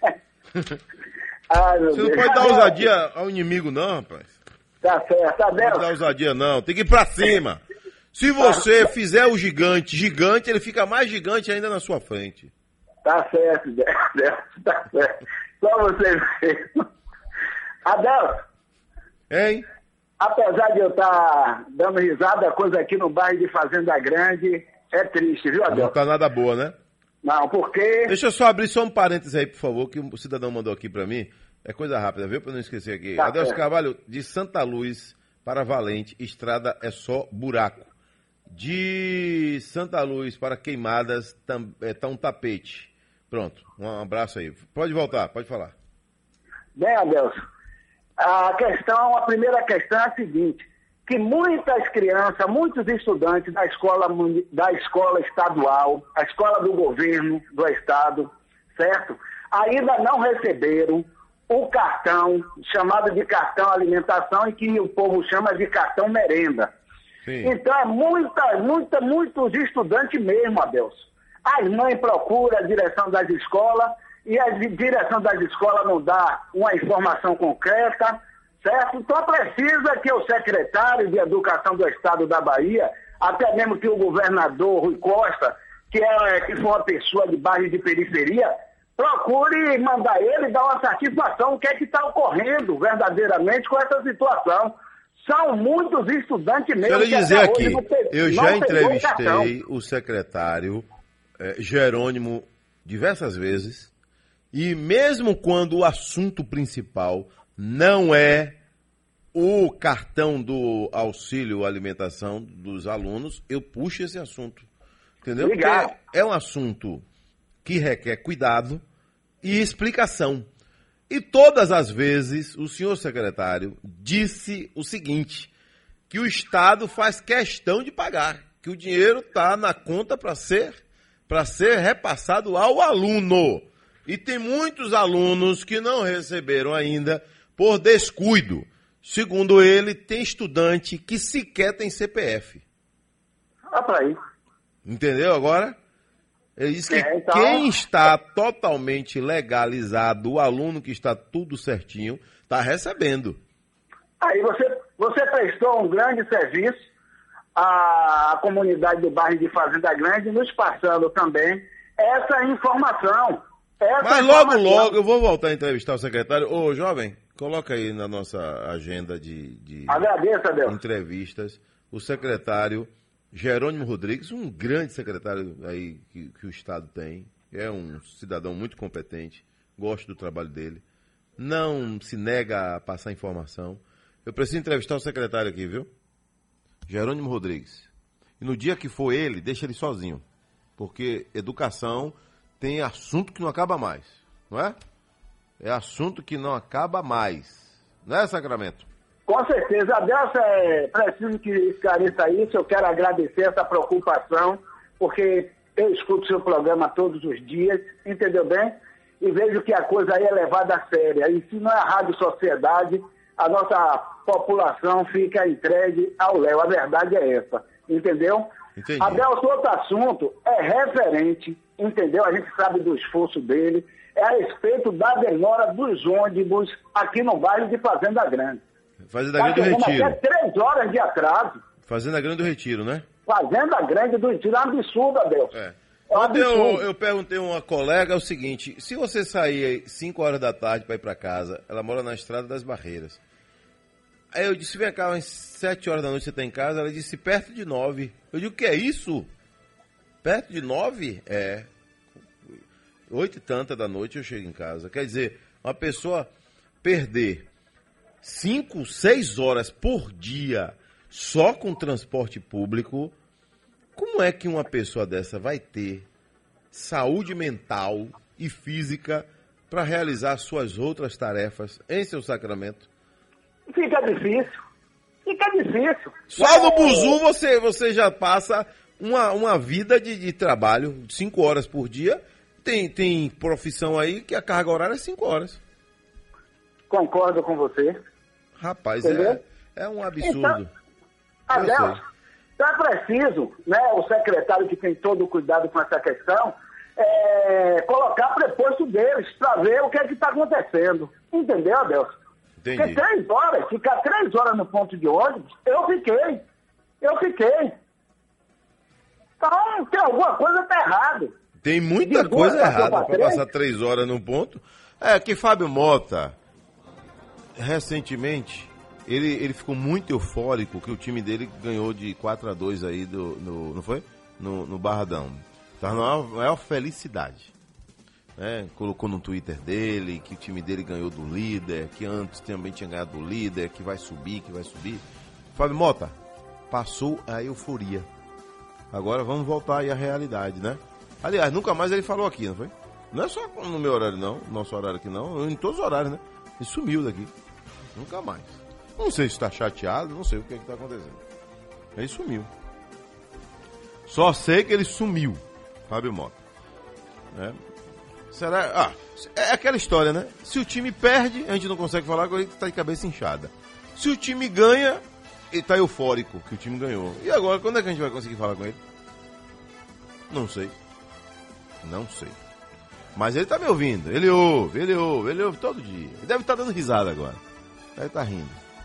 Ai, meu Você não Deus. pode dar ousadia ao inimigo, não, rapaz. Tá certo, Abel. Não pode dar ousadia, não. Tem que ir pra cima. Se você fizer o gigante gigante, ele fica mais gigante ainda na sua frente. Tá certo, Abel. Tá certo. Só você mesmo. Abel. Hein? Apesar de eu estar dando risada, a coisa aqui no bairro de Fazenda Grande é triste, viu, Abel? Não tá nada boa, né? Não, porque... Deixa eu só abrir só um parênteses aí, por favor, que o cidadão mandou aqui pra mim. É coisa rápida, viu? Pra não esquecer aqui. Tá Adeus certo. Carvalho, de Santa Luz para Valente, estrada é só buraco. De Santa Luz para Queimadas, tam, é, tá um tapete. Pronto, um abraço aí. Pode voltar, pode falar. Bem, Adelson, a questão, a primeira questão é a seguinte, que muitas crianças, muitos estudantes da escola, muni- da escola estadual, a escola do governo do estado, certo? Ainda não receberam o cartão, chamado de cartão alimentação, e que o povo chama de cartão merenda. Sim. Então é muita, muita, muitos estudantes mesmo, Adelson. As mães procuram a direção das escolas e a di- direção das escolas não dá uma informação concreta, certo? Então precisa que o secretário de Educação do Estado da Bahia, até mesmo que o governador Rui Costa, que, é, que foi uma pessoa de bairro de periferia, procure mandar ele dar uma satisfação o que é que está ocorrendo verdadeiramente com essa situação. São muitos estudantes mesmo. Quero que dizer até aqui, hoje não pe- eu não já pegou o cartão. entrevistei o secretário eh, Jerônimo diversas vezes, e mesmo quando o assunto principal não é o cartão do auxílio alimentação dos alunos, eu puxo esse assunto. Entendeu? Obrigado. Porque é um assunto que requer cuidado e explicação. E todas as vezes o senhor secretário disse o seguinte, que o Estado faz questão de pagar, que o dinheiro está na conta para ser, para ser repassado ao aluno. E tem muitos alunos que não receberam ainda, por descuido. Segundo ele, tem estudante que sequer tem C P F. Olha pra aí. Entendeu agora? Ele diz que É, então- quem está totalmente legalizado, o aluno que está tudo certinho, está recebendo. Aí você, você prestou um grande serviço à comunidade do bairro de Fazenda Grande, nos passando também essa informação. Essa Mas logo, informação. logo, eu vou voltar a entrevistar o secretário. Ô, jovem, coloca aí na nossa agenda de, de Agradeço, Adeus. entrevistas o secretário Jerônimo Rodrigues, um grande secretário aí que, que o Estado tem. É um cidadão muito competente, gosto do trabalho dele. Não se nega a passar informação. Eu preciso entrevistar o secretário aqui, viu? Jerônimo Rodrigues. E no dia que for ele, deixa ele sozinho. Porque educação tem assunto que não acaba mais, não é? É assunto que não acaba mais. Não é, Sacramento? Com certeza. Adelso, é preciso que esclareça isso. Eu quero agradecer essa preocupação, porque eu escuto seu programa todos os dias, entendeu bem? E vejo que a coisa aí é levada a séria. E se não é a Rádio Sociedade, a nossa população fica entregue ao Léo. A verdade é essa, entendeu? Entendi. Adelso, outro assunto é referente, entendeu? A gente sabe do esforço dele, é a respeito da demora dos ônibus aqui no bairro de Fazenda Grande. Fazenda Tá Grande do chegando Retiro. até três horas de atraso. Fazenda Grande do Retiro, né? Fazenda Grande do Retiro é um absurdo, Adelso. É. É um Ontem eu, absurdo. eu perguntei a uma colega o seguinte: se você sair cinco horas da tarde para ir para casa, ela mora na Estrada das Barreiras. Aí eu disse: vem cá, às sete horas da noite você está em casa? Ela disse: perto de nove. Eu digo: o que é isso? Perto de nove? É. Oito e tanta da noite eu chego em casa. Quer dizer, uma pessoa perder cinco, seis horas por dia só com transporte público, como é que uma pessoa dessa vai ter saúde mental e física para realizar suas outras tarefas em seu Sacramento? Fica difícil. Fica difícil. Só no É, Buzu você, você já passa uma, uma vida de, de trabalho, cinco horas por dia. Tem, tem profissão aí que a carga horária é cinco horas. Concordo com você. Rapaz, Entendeu? é, é um absurdo. Então, Adelso, então é preciso, né, o secretário que tem todo o cuidado com essa questão, é, colocar preposto deles para ver o que é que está acontecendo. Entendeu, Adelso? Entendi. Porque três horas, ficar três horas no ponto de ônibus, eu fiquei. Eu fiquei. Então, tem alguma coisa que tá errado. Tem muita De coisa duas passou errada pra para três? passar três horas num ponto. É que Fábio Mota, recentemente, ele, ele ficou muito eufórico que o time dele ganhou de quatro a dois aí, do, no, não foi? No, no Barradão. Tá na maior, maior felicidade. Né? Colocou no Twitter dele que o time dele ganhou do líder, que antes também tinha ganhado do líder, que vai subir, que vai subir. Fábio Mota, passou a euforia. Agora vamos voltar aí à realidade, né? Aliás, nunca mais ele falou aqui, não foi? Não é só no meu horário, não. Nosso horário aqui, não. Em todos os horários, né? Ele sumiu daqui. Nunca mais. Não sei se está chateado, não sei o que está acontecendo. Ele sumiu. Só sei que ele sumiu, Fábio Mota. Né? Será? Ah, é aquela história, né? Se o time perde, a gente não consegue falar que ele está de cabeça inchada. Se o time ganha, ele está eufórico que o time ganhou. E agora, quando é que a gente vai conseguir falar com ele? Não sei. Não sei. Mas ele tá me ouvindo. Ele ouve, ele ouve, ele ouve todo dia. Ele deve estar dando risada agora. Deve estar rindo.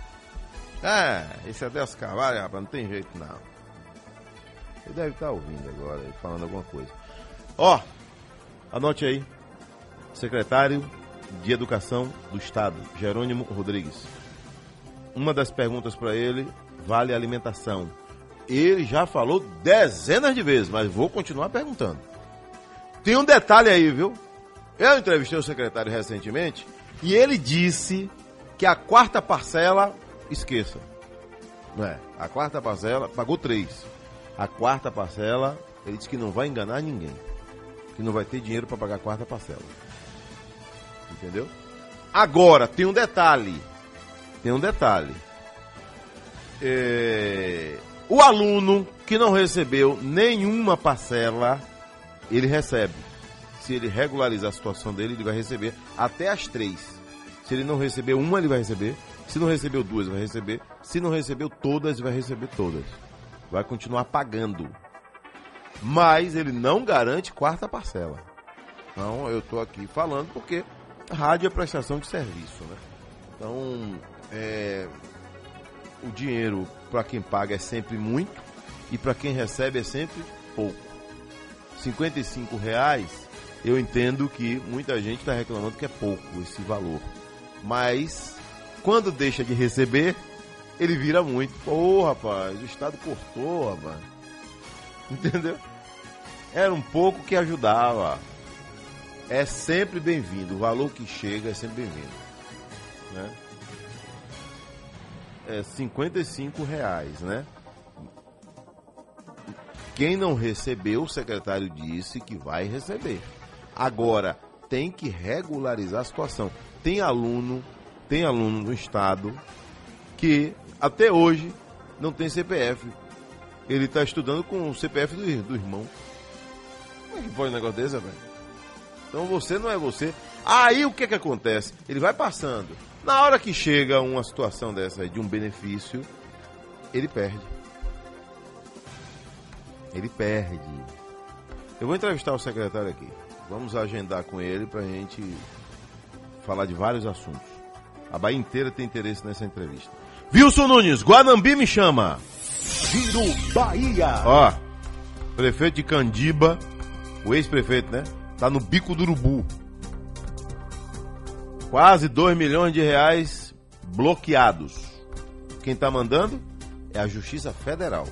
Ah, esse Adelso Carvalho, rapaz, não tem jeito não. Ele deve estar ouvindo agora, falando alguma coisa. Ó, anote aí. Secretário de Educação do Estado, Jerônimo Rodrigues. Uma das perguntas para ele vale a alimentação. Ele já falou dezenas de vezes, mas vou continuar perguntando. Tem um detalhe aí, viu? Eu entrevistei o secretário recentemente e ele disse que a quarta parcela, esqueça. Não é? A quarta parcela, pagou três. A quarta parcela, ele disse que não vai enganar ninguém. Que não vai ter dinheiro para pagar a quarta parcela. Entendeu? Agora, tem um detalhe. Tem um detalhe. É... O aluno que não recebeu nenhuma parcela, ele recebe. Se ele regularizar a situação dele, ele vai receber até as três. Se ele não recebeu uma, ele vai receber. Se não recebeu duas, vai receber. Se não recebeu todas, vai receber todas. Vai continuar pagando. Mas ele não garante quarta parcela. Então eu estou aqui falando porque rádio é prestação de serviço, né? Então é, o dinheiro para quem paga é sempre muito e para quem recebe é sempre pouco. cinquenta e cinco reais, eu entendo que muita gente está reclamando que é pouco esse valor. Mas quando deixa de receber, ele vira muito. Pô, rapaz, o Estado cortou, rapaz. Entendeu? Era um pouco que ajudava. É sempre bem-vindo. O valor que chega é sempre bem-vindo. Né? É cinquenta e cinco reais, né? Quem não recebeu, o secretário disse que vai receber. Agora, tem que regularizar a situação. Tem aluno, tem aluno no estado que até hoje não tem C P F. Ele está estudando com o C P F do, do irmão. Como é que pode um negócio desse, velho? Então você não é você. Aí o que que acontece? Ele vai passando. Na hora que chega uma situação dessa aí, de um benefício, ele perde. Ele perde. Eu vou entrevistar o secretário aqui. Vamos agendar com ele pra gente falar de vários assuntos. A Bahia inteira tem interesse nessa entrevista. Wilson Nunes, Guanambi me chama. Giro Bahia. Ó, prefeito de Candiba, o ex-prefeito, né? Tá no bico do urubu. Quase dois milhões de reais bloqueados. Quem tá mandando é a Justiça Federal.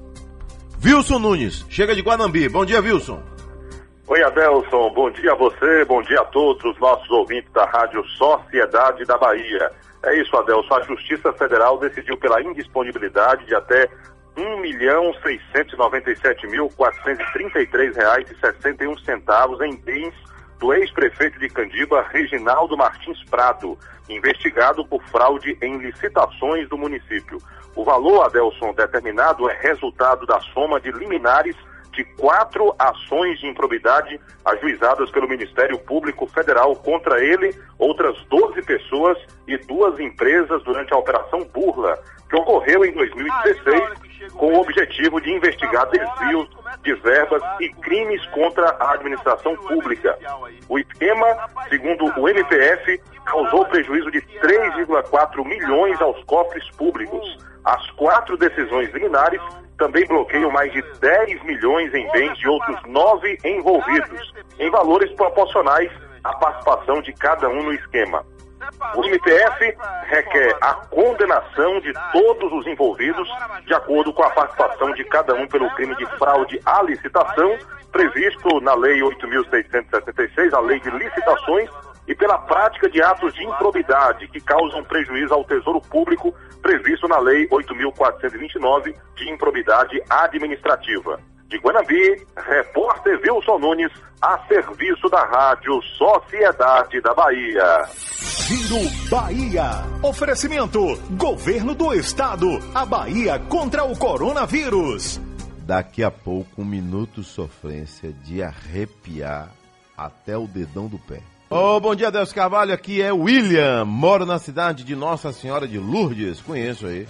Wilson Nunes, chega de Guanambi. Bom dia, Wilson. Oi, Adelson. Bom dia a você, bom dia a todos os nossos ouvintes da Rádio Sociedade da Bahia. É isso, Adelson. A Justiça Federal decidiu pela indisponibilidade de até um milhão seiscentos e noventa e sete mil quatrocentos e trinta e três reais e sessenta e um centavos em bens do ex-prefeito de Candiba, Reginaldo Martins Prado, investigado por fraude em licitações do município. O valor, Adelson, determinado é resultado da soma de liminares de quatro ações de improbidade ajuizadas pelo Ministério Público Federal contra ele, outras doze pessoas e duas empresas durante a Operação Burla, que ocorreu em dois mil e dezesseis com o objetivo de investigar desvios de verbas e crimes contra a administração pública. O esquema, segundo o M P F, causou prejuízo de três vírgula quatro milhões aos cofres públicos. As quatro decisões liminares também bloqueiam mais de dez milhões em bens de outros nove envolvidos, em valores proporcionais à participação de cada um no esquema. O M P F requer a condenação de todos os envolvidos, de acordo com a participação de cada um pelo crime de fraude à licitação, previsto na Lei oito mil seiscentos e setenta e seis, a Lei de Licitações, e pela prática de atos de improbidade que causam prejuízo ao Tesouro Público, previsto na Lei oito mil quatrocentos e vinte e nove, de improbidade administrativa. De Guanambi, repórter Wilson Nunes, a serviço da Rádio Sociedade da Bahia. Giro Bahia. Oferecimento: Governo do Estado. A Bahia contra o coronavírus. Daqui a pouco, um minuto sofrência de arrepiar até o dedão do pé. Oh, bom dia, Deus Carvalho. Aqui é William. Moro na cidade de Nossa Senhora de Lourdes. Conheço aí.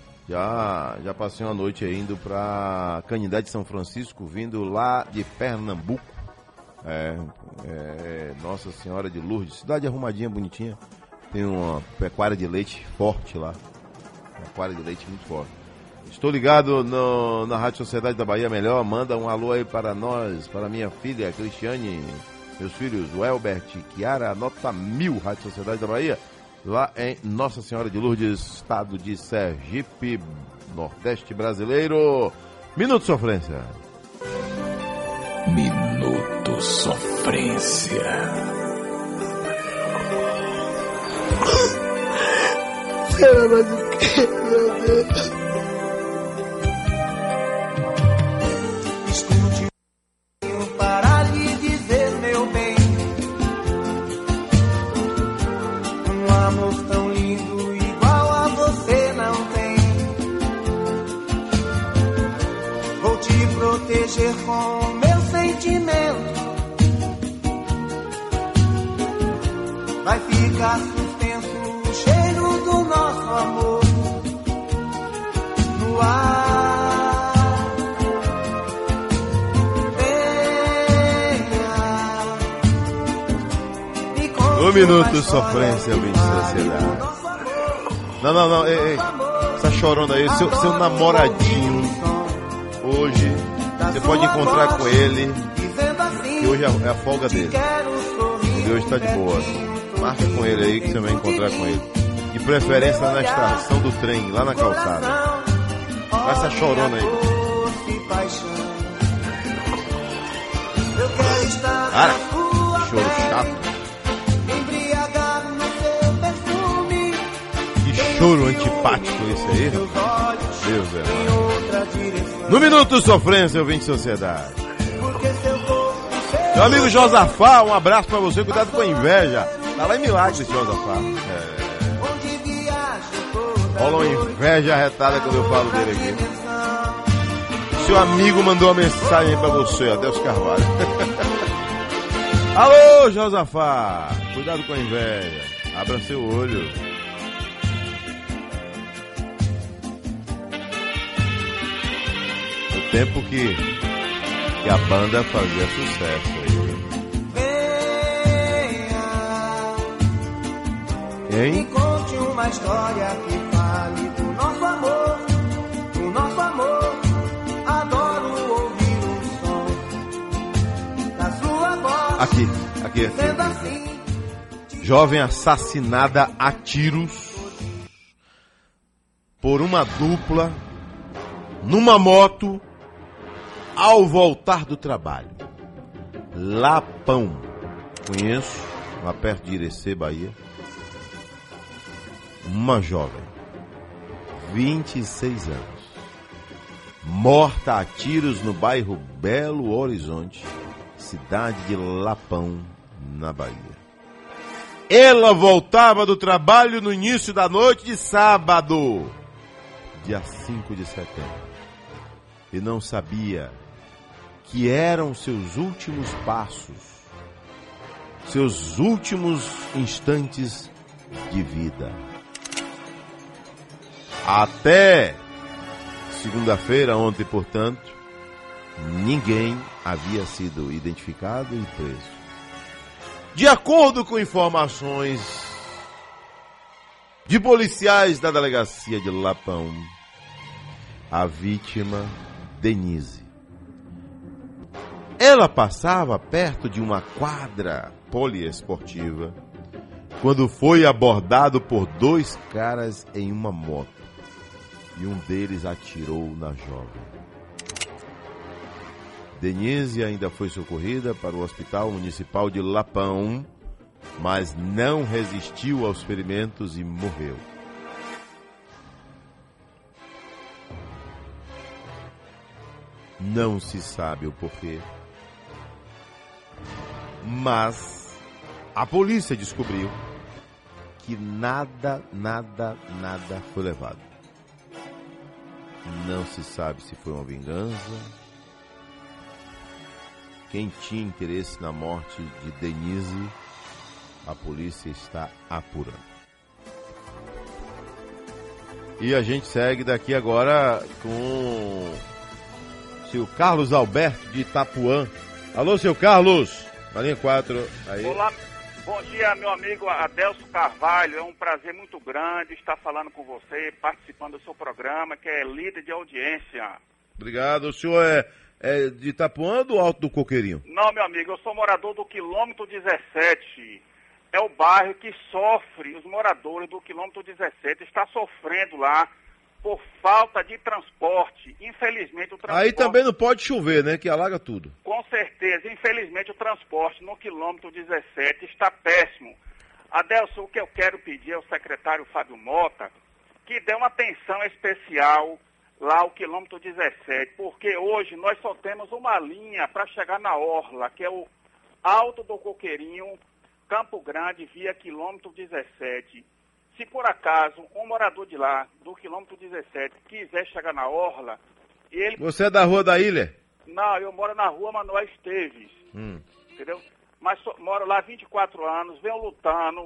Já, já passei uma noite aí indo pra Canindé de São Francisco, vindo lá de Pernambuco. É, é, Nossa Senhora de Lourdes, cidade arrumadinha, bonitinha. Tem uma pecuária de leite forte lá. Pecuária de leite muito forte. Estou ligado no, na Rádio Sociedade da Bahia Melhor. Manda um alô aí para nós, para minha filha Cristiane, meus filhos, o Elbert, Kiara, nota mil, Rádio Sociedade da Bahia. Lá em Nossa Senhora de Lourdes, estado de Sergipe, Nordeste brasileiro. Minuto Sofrência. Minuto Sofrência. Será mais o quê, meu Deus? Escute para lhe dizer, meu bem, um amor tão lindo igual a você não tem. Vou te proteger com meu sentimento, vai ficar suspenso amor no ar. Um minuto, sofrência, ouvinte da sociedade. Não, não, não, ei, ei. Essa chorona aí, seu, seu namoradinho, hoje, você pode encontrar com ele, que hoje é a folga dele. Ele hoje tá de boa. Marca com ele aí que você vai encontrar com ele. De preferência na estação do trem, lá na calçada. Olha essa chorona aí. Cara, choro chato. Choro antipático esse aí, Deus é mais. No Minuto Sofrência, ouvinte de sociedade. Meu amigo Josafá, um abraço pra você, cuidado com a inveja. Tá lá em Milagres, Josafá. É. Rola uma inveja retada quando eu falo dele aqui. Seu amigo mandou uma mensagem aí pra você, Adeus Carvalho. Alô, Josafá, cuidado com a inveja. Abra seu olho. Tempo que, que a banda fazia sucesso aí. Hein? Me conte uma história que fale do nosso amor, do nosso amor. Adoro ouvir o som da sua voz. Aqui, aqui, aqui. Assim, jovem assassinada a tiros por uma dupla numa moto ao voltar do trabalho. Lapão, conheço, lá perto de Irecê, Bahia. Uma jovem, vinte e seis anos, morta a tiros no bairro Belo Horizonte, cidade de Lapão, na Bahia. Ela voltava do trabalho no início da noite de sábado, dia cinco de setembro, e não sabia que eram seus últimos passos, seus últimos instantes de vida. Até segunda-feira, ontem, portanto, ninguém havia sido identificado e preso. De acordo com informações de policiais da delegacia de Lapão, a vítima, Denise, ela passava perto de uma quadra poliesportiva quando foi abordado por dois caras em uma moto e um deles atirou na jovem. Denise ainda foi socorrida para o Hospital Municipal de Lapão, mas não resistiu aos ferimentos e morreu. Não se sabe o porquê, mas a polícia descobriu que nada, nada, nada foi levado. Não se sabe se foi uma vingança. Quem tinha interesse na morte de Denise, a polícia está apurando. E a gente segue daqui agora com o seu Carlos Alberto de Itapuã. Alô, seu Carlos, na linha quatro. Aí. Olá, bom dia, meu amigo Adelso Carvalho. É um prazer muito grande estar falando com você, participando do seu programa, que é líder de audiência. Obrigado. O senhor é, é de Itapuã ou do Alto do Coqueirinho? Não, meu amigo, eu sou morador do quilômetro dezessete. É o bairro que sofre, os moradores do quilômetro dezessete estão sofrendo lá por falta de transporte. Infelizmente o transporte... Aí também não pode chover, né? Que alaga tudo. Com certeza. Infelizmente o transporte no quilômetro dezessete está péssimo. Adelson, o que eu quero pedir ao secretário Fábio Mota que dê uma atenção especial lá ao quilômetro dezessete, porque hoje nós só temos uma linha para chegar na Orla, que é o Alto do Coqueirinho, Campo Grande, via quilômetro dezessete. Se por acaso um morador de lá, do quilômetro dezessete, quiser chegar na Orla, ele... Você é da Rua da Ilha? Não, eu moro na Rua Manuel Esteves, hum. entendeu? Mas so, moro lá há vinte e quatro anos, venho lutando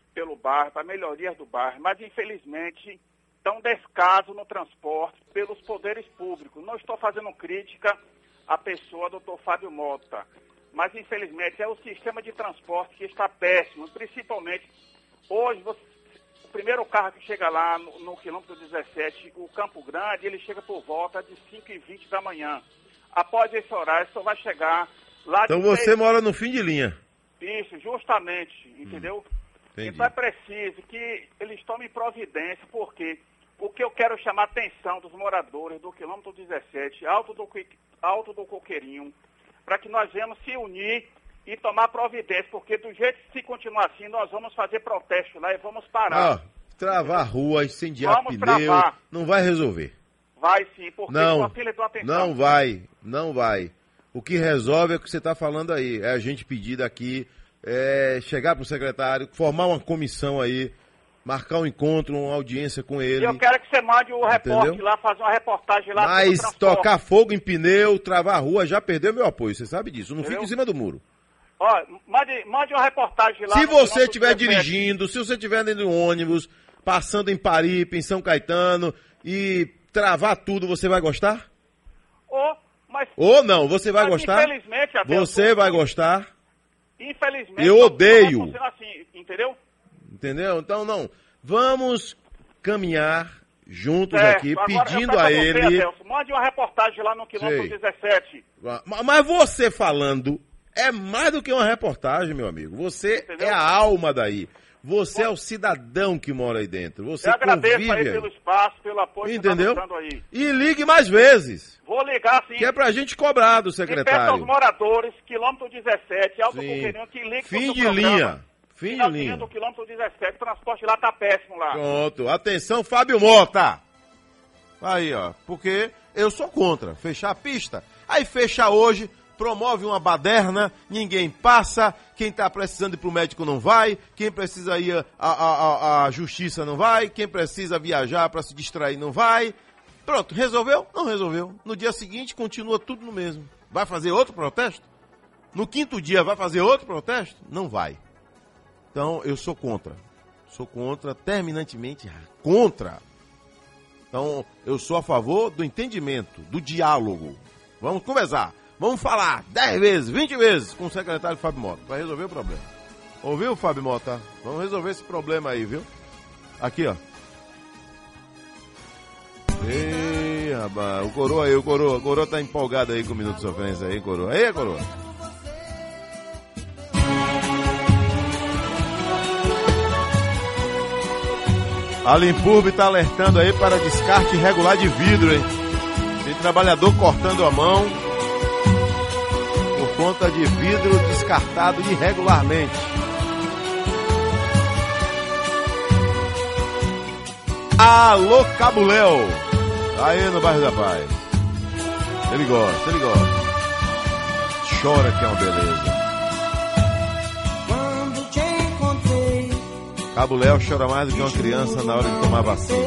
pelo bairro, para melhorias do bairro, mas infelizmente dá um descaso no transporte pelos poderes públicos. Não estou fazendo crítica à pessoa do doutor Fábio Mota, mas infelizmente é o sistema de transporte que está péssimo, principalmente hoje, você, o primeiro carro que chega lá no, no quilômetro dezessete, o Campo Grande, ele chega por volta de cinco e vinte da manhã. Após esse horário, só vai chegar lá de Então você seis... mora no fim de linha. Isso, justamente, entendeu? Entendi. Então é preciso que eles tomem providência, porque o que eu quero chamar a atenção dos moradores do quilômetro dezessete, Alto do, Alto do Coqueirinho, para que nós venhamos se unir e tomar providência, porque do jeito que se continuar assim, nós vamos fazer protesto lá e vamos parar. Ah, travar a rua, incendiar Vamos pneu, travar. não vai resolver. Vai sim, porque Não, sua filha deu atenção. não vai, não vai. O que resolve é o que você está falando aí. É a gente pedir daqui, é, chegar para o secretário, formar uma comissão aí, marcar um encontro, uma audiência com ele. E eu quero que você mande o repórter Entendeu? lá, fazer uma reportagem lá. Mas sobre o transporte. tocar fogo em pneu, travar a rua, já perdeu meu apoio, você sabe disso. Não fica em cima do muro. Ó, mande, mande uma reportagem lá. Se no você quilômetro estiver dezessete. dirigindo, se você estiver dentro de um ônibus, passando em Paripe, em São Caetano, e travar tudo, você vai gostar? Ou, mas, Ou não, você vai mas gostar? Infelizmente, Abel, Você vai gostar? Infelizmente. Eu não- odeio. não funciona assim, entendeu? Entendeu? Então, não. Vamos caminhar juntos Certo. aqui, Agora, pedindo eu peço a você, ele... Adelson, mande uma reportagem lá no quilômetro Sei. dezessete. Ma- Mas você falando é mais do que uma reportagem, meu amigo. Você Entendeu? é a alma daí. Você é o cidadão que mora aí dentro. Você Eu agradeço convive aí aí. pelo espaço, pelo apoio Entendeu? que você está dando aí. E ligue mais vezes, Vou ligar sim. que é pra gente cobrar do E peço aos secretário. moradores, quilômetro dezessete, Alto Sim. Coqueirinho, que ligue Fim pro de seu programa. linha. Fim de Finalzinho linha. do quilômetro dezessete, o transporte lá tá péssimo lá. Pronto. Atenção, Fábio Mota. Aí, ó. Porque eu sou contra fechar a pista. Aí fecha hoje, promove uma baderna, ninguém passa, quem tá precisando ir pro médico não vai, quem precisa ir à, à, à- à justiça não vai, quem precisa viajar para se distrair não vai. Pronto, resolveu? Não resolveu. No dia seguinte continua tudo no mesmo. Vai fazer outro protesto? No quinto dia vai fazer outro protesto? Não vai. Então eu sou contra. Sou contra, terminantemente contra. Então eu sou a favor do entendimento, do diálogo. Vamos conversar. Vamos falar dez vezes, vinte vezes com o secretário Fábio Mota para resolver o problema. Ouviu, Fábio Mota? Vamos resolver esse problema aí, viu? Aqui, ó. Ei, rapaz, o coroa aí, o coroa. O coroa tá empolgado aí com o Minuto de Sofrência aí, coroa. Aí, coroa. A Limpurb tá alertando aí para descarte irregular de vidro, hein? Tem trabalhador cortando a mão por conta de vidro descartado irregularmente. Alô, Cabuléu! Aí no bairro da Paz. Ele gosta, ele gosta. Chora que é uma beleza. Quando te encontrei, Cabuléu chora mais do que uma criança na hora de tomar vacina.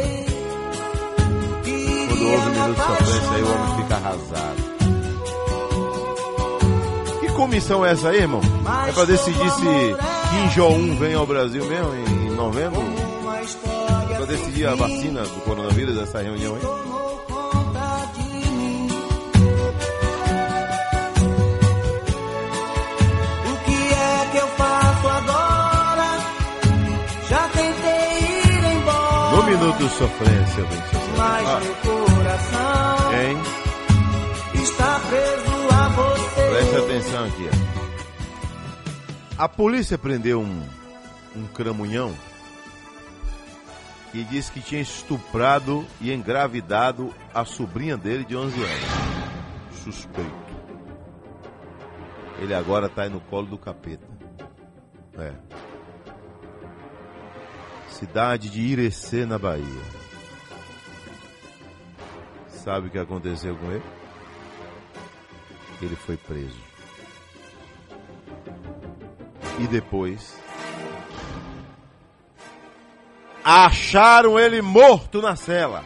Quando houve um minuto de sofrência, aí o homem fica arrasado. Que comissão é essa aí, irmão? É pra decidir se Kim Jong-un vem ao Brasil mesmo em em novembro? É pra decidir a vacina do coronavírus, essa reunião aí? o que é que eu faço agora? Já tentei ir embora, No minuto de sofrência, vem sofrência. mas Ah, meu coração hein? está preso a você. Preste atenção aqui, ó. A polícia prendeu um, um cramunhão que disse que tinha estuprado e engravidado a sobrinha dele de onze anos. Suspeito. Ele agora tá aí no colo do capeta. É. Cidade de Irecê, na Bahia. Sabe o que aconteceu com ele? Ele foi preso. E depois acharam ele morto na cela.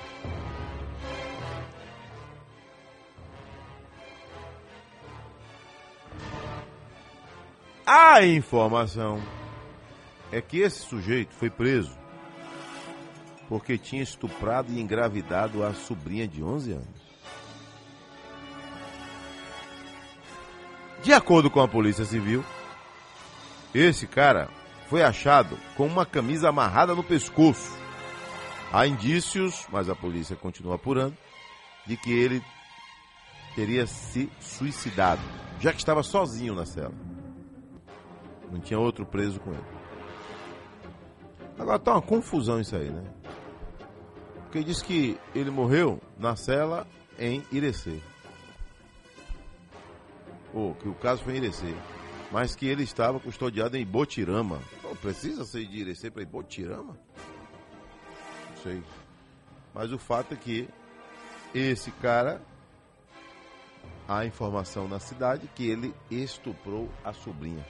A informação é que esse sujeito foi preso porque tinha estuprado e engravidado a sobrinha de onze anos. De acordo com a Polícia Civil, esse cara foi achado com uma camisa amarrada no pescoço. Há indícios, mas a polícia continua apurando, de que ele teria se suicidado, já que estava sozinho na cela. Não tinha outro preso com ele. Agora tá uma confusão isso aí, né? Porque diz que ele morreu na cela em Irecê. Ou que o caso foi em Irecê. Mas que ele estava custodiado em Ibotirama. Pô, precisa ser de Irecê para Ibotirama? Não sei. Mas o fato é que esse cara, há informação na cidade que ele estuprou a sobrinha.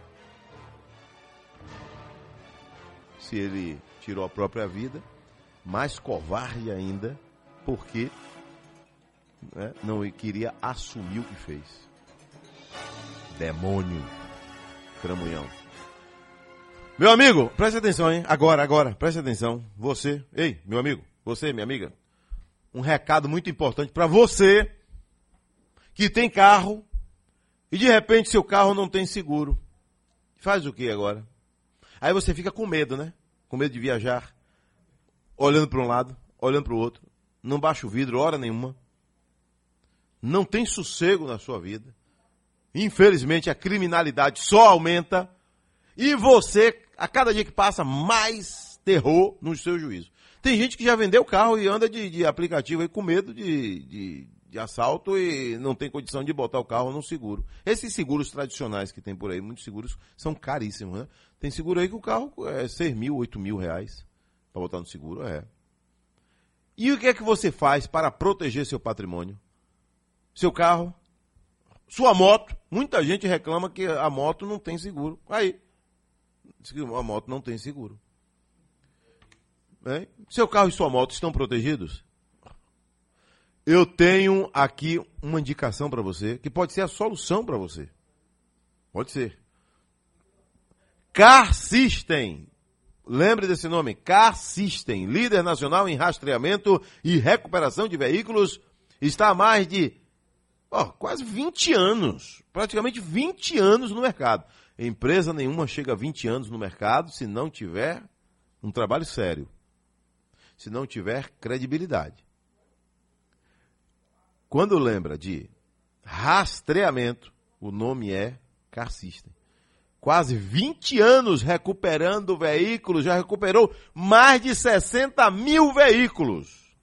Se ele tirou a própria vida, mais covarde ainda, porque né, não queria assumir o que fez. Demônio, cramunhão. Meu amigo, preste atenção, hein? Agora, agora, preste atenção. Você, ei, meu amigo, você, minha amiga, um recado muito importante para você que tem carro e de repente seu carro não tem seguro. Faz o que agora? Aí você fica com medo, né? Com medo de viajar, olhando para um lado, olhando para o outro, não baixa o vidro hora nenhuma, não tem sossego na sua vida. Infelizmente a criminalidade só aumenta e você, a cada dia que passa, mais terror no seu juízo. Tem gente que já vendeu o carro e anda de, de aplicativo aí com medo de, de, de assalto e não tem condição de botar o carro no seguro. Esses seguros tradicionais que tem por aí, muitos seguros, são caríssimos, né? Tem seguro aí que o carro é seis mil, oito mil reais para botar no seguro, é. E o que é que você faz para proteger seu patrimônio? Seu carro, sua moto. Muita gente reclama que a moto não tem seguro. Aí, a moto não tem seguro. Bem, seu carro e sua moto estão protegidos? Eu tenho aqui uma indicação para você, que pode ser a solução para você. Pode ser. Car System. Lembre desse nome, Car System, líder nacional em rastreamento e recuperação de veículos, está há mais de oh, quase vinte anos, praticamente vinte anos no mercado. Empresa nenhuma chega a vinte anos no mercado se não tiver um trabalho sério, se não tiver credibilidade. Quando lembra de rastreamento, o nome é Car System. Quase vinte anos recuperando veículos, já recuperou mais de sessenta mil veículos.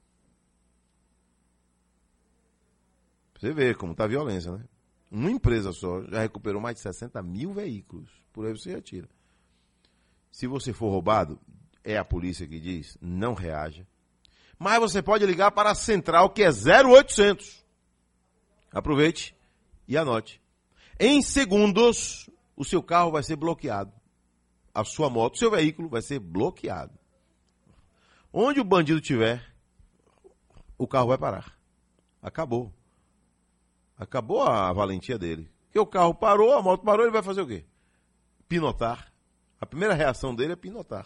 Você vê como está a violência, né? Uma empresa só já recuperou mais de sessenta mil veículos. Por aí você retira. Se você for roubado, é a polícia que diz, não reaja. Mas você pode ligar para a central, que é zero oitocentos. Aproveite e anote. Em segundos, o seu carro vai ser bloqueado. A sua moto, o seu veículo vai ser bloqueado. Onde o bandido estiver, o carro vai parar. Acabou. Acabou a valentia dele. Porque o carro parou, a moto parou, ele vai fazer o quê? Pinotar. A primeira reação dele é pinotar.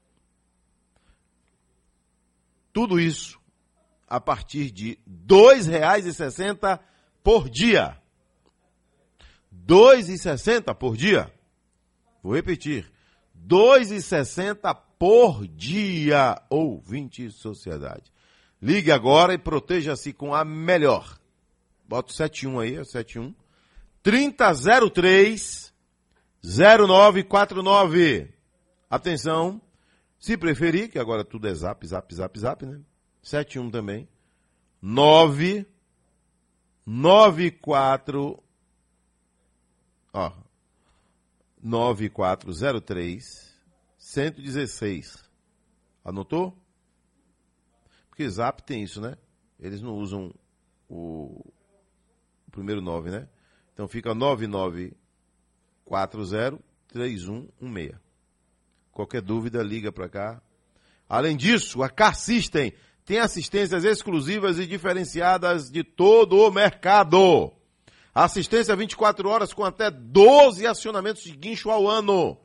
Tudo isso a partir de dois reais e sessenta centavos por dia. dois reais e sessenta centavos por dia. Vou repetir. dois reais e sessenta centavos por dia. Ouvinte Sociedade. Ligue agora e proteja-se com a melhor. Bota o sete um aí, é sete um. trinta zero três zero nove quatro nove. Atenção. Se preferir, que agora tudo é zap, zap, zap, zap, né? sete um também. nove nove quatro ó, nove quatro zero três um um seis. Anotou? Porque Zap tem isso, né? Eles não usam o, o primeiro nove, né? Então fica nove nove quatro zero três um um seis. Qualquer dúvida, liga para cá. Além disso, a Car System tem assistências exclusivas e diferenciadas de todo o mercado. Assistência vinte e quatro horas com até doze acionamentos de guincho ao ano.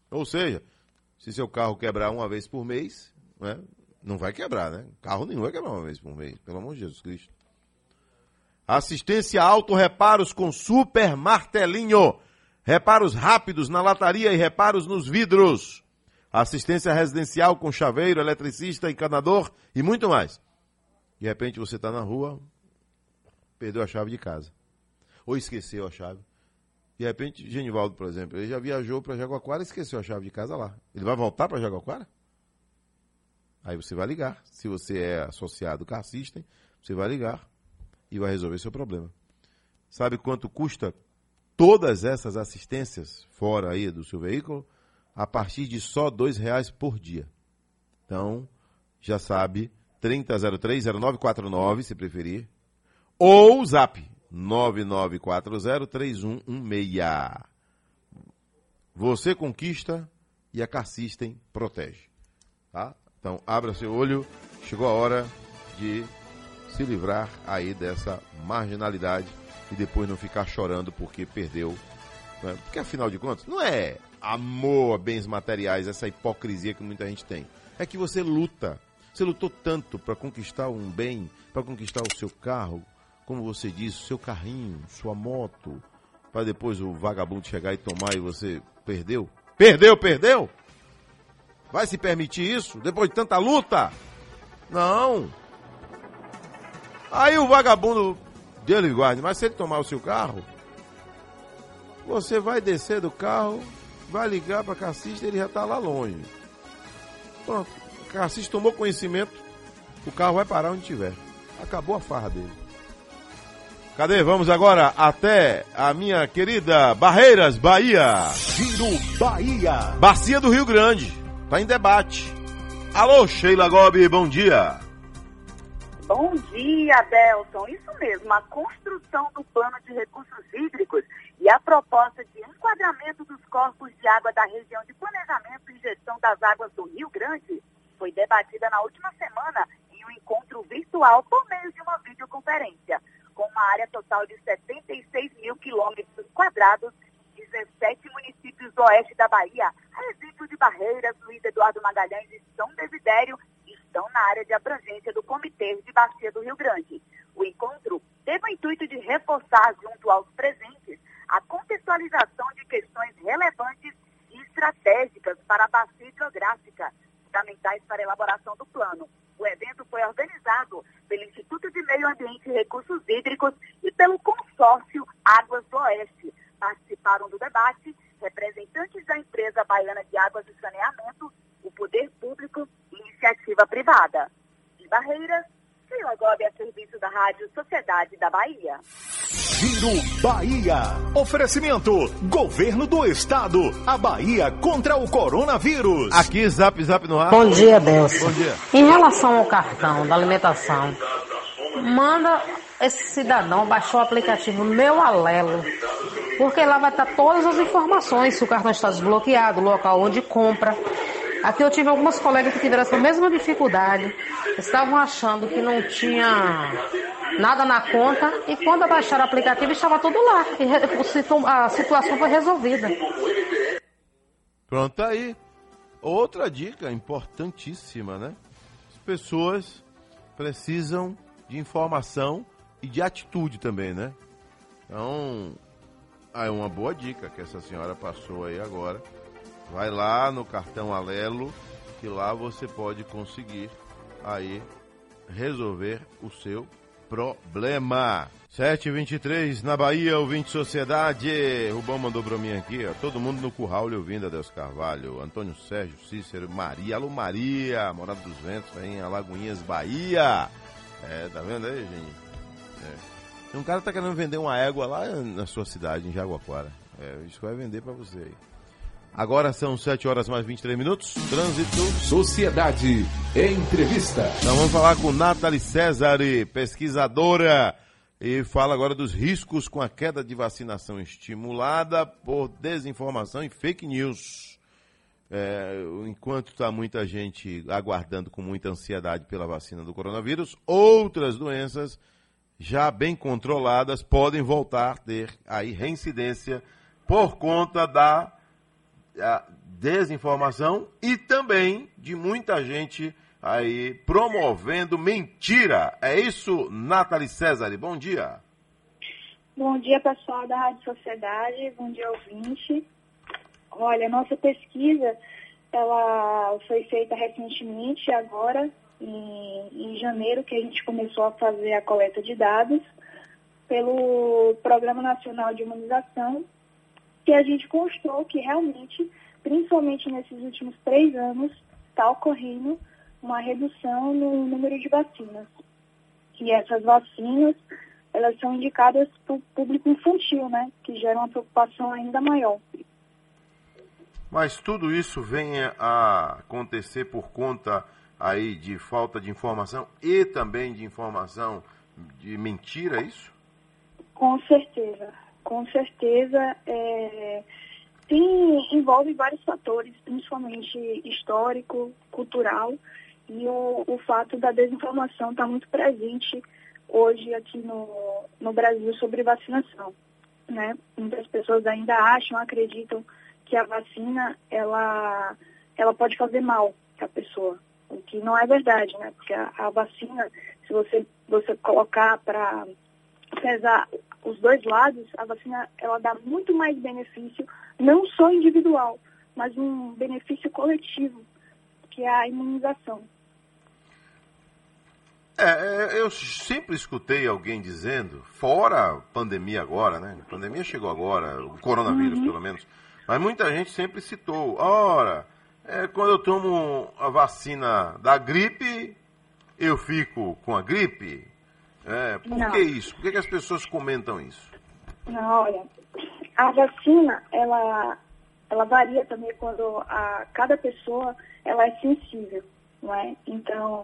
Ou seja, se seu carro quebrar uma vez por mês, né, não vai quebrar, né? Carro nenhum vai quebrar uma vez por mês, pelo amor de Jesus Cristo. Assistência Auto Reparos com Super Martelinho. Reparos rápidos na lataria e reparos nos vidros. Assistência residencial com chaveiro, eletricista, encanador e muito mais. De repente você está na rua, perdeu a chave de casa. Ou esqueceu a chave. De repente, Genivaldo, por exemplo, ele já viajou para Jaguaquara e esqueceu a chave de casa lá. Ele vai voltar para Jaguaquara? Aí você vai ligar. Se você é associado Car System, você vai ligar e vai resolver seu problema. Sabe quanto custa todas essas assistências fora aí do seu veículo? A partir de só dois reais por dia. Então, já sabe, trinta zero três zero nove quatro nove, se preferir. Ou zap nove nove quatro zero três um um seis. Você conquista e a Car System protege. Tá? Então, abra seu olho. Chegou a hora de se livrar aí dessa marginalidade e depois não ficar chorando porque perdeu. Né? Porque, afinal de contas, não é amor a bens materiais, essa hipocrisia que muita gente tem. É que você luta. Você lutou tanto para conquistar um bem, para conquistar o seu carro, como você disse, o seu carrinho, sua moto, para depois o vagabundo chegar e tomar e você perdeu. Perdeu, perdeu? Vai se permitir isso depois de tanta luta? Não. Aí o vagabundo, Deus lhe guarde, mas se ele tomar o seu carro, você vai descer do carro, vai ligar para a Car System, ele já está lá longe. Pronto, a Car System tomou conhecimento, o carro vai parar onde estiver. Acabou a farra dele. Cadê? Vamos agora até a minha querida Barreiras, Bahia. Giro Bahia. Bacia do Rio Grande. Está em debate. Alô, Sheila Gobi, bom dia. Bom dia, Adelson. Isso mesmo, a construção do plano de recursos hídricos e a proposta de enquadramento dos corpos de água da região de planejamento e gestão das águas do Rio Grande foi debatida na última semana em um encontro virtual por meio de uma videoconferência, com uma área total de setenta e seis mil quilômetros quadrados, dezessete municípios do oeste da Bahia, a exemplo de Barreiras, Luiz Eduardo Magalhães e São Desidério, estão na área de abrangência do Comitê de Bacia do Rio Grande. O encontro teve o intuito de reforçar junto aos presentes a contextualização de questões relevantes e estratégicas para a bacia hidrográfica, fundamentais para a elaboração do plano. O evento foi organizado pelo Instituto de Meio Ambiente e Recursos Hídricos e pelo consórcio Águas do Oeste. Participaram do debate representantes da empresa baiana de águas e saneamento, o poder público e iniciativa privada. De Barreiras, Sheila Gobi a serviço da Rádio Sociedade da Bahia. Giro Bahia. Oferecimento: Governo do Estado. A Bahia contra o coronavírus. Aqui, Zap Zap no ar. Bom dia, Delcio. Bom dia. Em relação ao cartão da alimentação, manda esse cidadão baixar o aplicativo Meu Alelo, porque lá vai estar todas as informações, se o cartão está desbloqueado, o local onde compra. Aqui eu tive algumas colegas que tiveram essa mesma dificuldade, estavam achando que não tinha nada na conta e quando abaixaram o aplicativo estava tudo lá e a situação foi resolvida. Pronto, tá aí. Outra dica importantíssima, né? As pessoas precisam de informação e de atitude também, né? Então, é uma boa dica que essa senhora passou aí agora. Vai lá no cartão Alelo, que lá você pode conseguir aí resolver o seu problema. sete e vinte e três na Bahia, ouvinte Sociedade. Rubão mandou pra mim aqui, ó. Todo mundo no curral lhe ouvindo, Adeus Carvalho, Antônio Sérgio, Cícero, Maria. Alô, Maria, Morada dos Ventos, aí em Alagoinhas, Bahia. É, tá vendo aí, gente? É. Um cara tá querendo vender uma égua lá na sua cidade, em Jaguaquara. É, isso vai vender pra você aí. Agora são sete horas mais vinte e três minutos. Trânsito. Sociedade Entrevista. Então vamos falar com Nathalie César, pesquisadora, e fala agora dos riscos com a queda de vacinação estimulada por desinformação e fake news. É, enquanto está muita gente aguardando com muita ansiedade pela vacina do coronavírus, outras doenças já bem controladas podem voltar a ter aí reincidência por conta da A desinformação e também de muita gente aí promovendo mentira. É isso, Nathalie César? Bom dia. Bom dia, pessoal da Rádio Sociedade. Bom dia, ouvinte. Olha, nossa pesquisa, ela foi feita recentemente, agora, em, em janeiro, que a gente começou a fazer a coleta de dados pelo Programa Nacional de Imunização, que a gente constatou que realmente, principalmente nesses últimos três anos, está ocorrendo uma redução no número de vacinas. E essas vacinas, elas são indicadas para o público infantil, né, que gera uma preocupação ainda maior. Mas tudo isso vem a acontecer por conta aí de falta de informação e também de informação de mentira, é isso? Com certeza, com certeza. É, tem, envolve vários fatores, principalmente histórico, cultural, e o, o fato da desinformação está muito presente hoje aqui no, no Brasil sobre vacinação, né? Muitas pessoas ainda acham, acreditam que a vacina, ela, ela pode fazer mal para a pessoa, o que não é verdade, né? Porque a, a vacina, se você, você colocar para pesar os dois lados, a vacina, ela dá muito mais benefício, não só individual, mas um benefício coletivo, que é a imunização. É, eu sempre escutei alguém dizendo, fora a pandemia agora, né? A pandemia chegou agora, o coronavírus, uhum. pelo menos. Mas muita gente sempre citou, ora, é, quando eu tomo a vacina da gripe, eu fico com a gripe? É, por Não. que isso? Por que, que as pessoas comentam isso? Não, olha, a vacina, ela, ela varia também quando a, cada pessoa ela é sensível, não é? Então,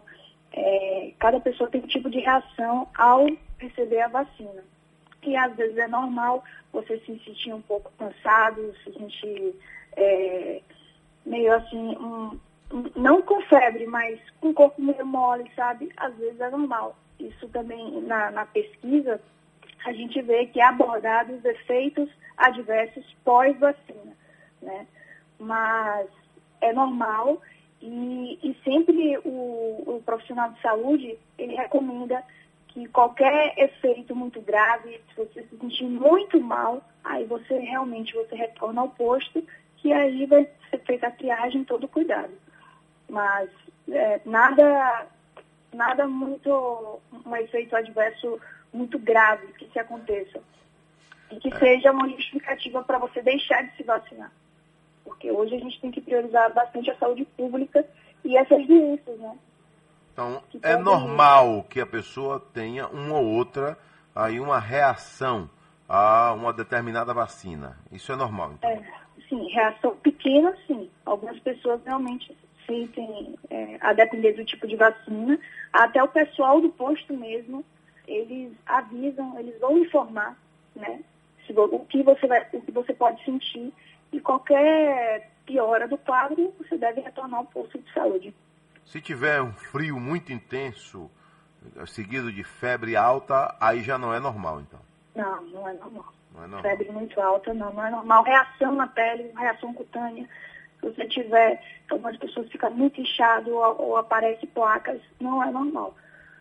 é, cada pessoa tem um tipo de reação ao receber a vacina. Que às vezes é normal você se sentir um pouco cansado, se sentir é, meio assim, um, um, não com febre, mas com o corpo meio mole, sabe? Às vezes é normal. Isso também, na, na pesquisa, a gente vê que é abordado os efeitos adversos pós-vacina, né? Mas é normal e, e sempre o, o profissional de saúde, ele recomenda que qualquer efeito muito grave, se você se sentir muito mal, aí você realmente você retorna ao posto, que aí vai ser feita a triagem, todo cuidado. Mas é, nada, nada muito, um efeito adverso muito grave que se aconteça. E que seja uma justificativa para você deixar de se vacinar. Porque hoje a gente tem que priorizar bastante a saúde pública e essas doenças, né? Então, é normal que a pessoa tenha uma ou outra, aí uma reação a uma determinada vacina. Isso é normal, então? É, sim, reação pequena, sim. Algumas pessoas realmente sentem, é, a depender do tipo de vacina, até o pessoal do posto mesmo, eles avisam, eles vão informar, né, se, o, que você vai, o que você pode sentir, e qualquer piora do quadro, você deve retornar ao posto de saúde. Se tiver um frio muito intenso, seguido de febre alta, aí já não é normal, então? Não, não é normal. Não é normal. Febre muito alta, não, não é normal. Reação na pele, reação cutânea. Se você tiver, algumas pessoas ficam muito inchadas ou, ou aparecem placas, não é normal.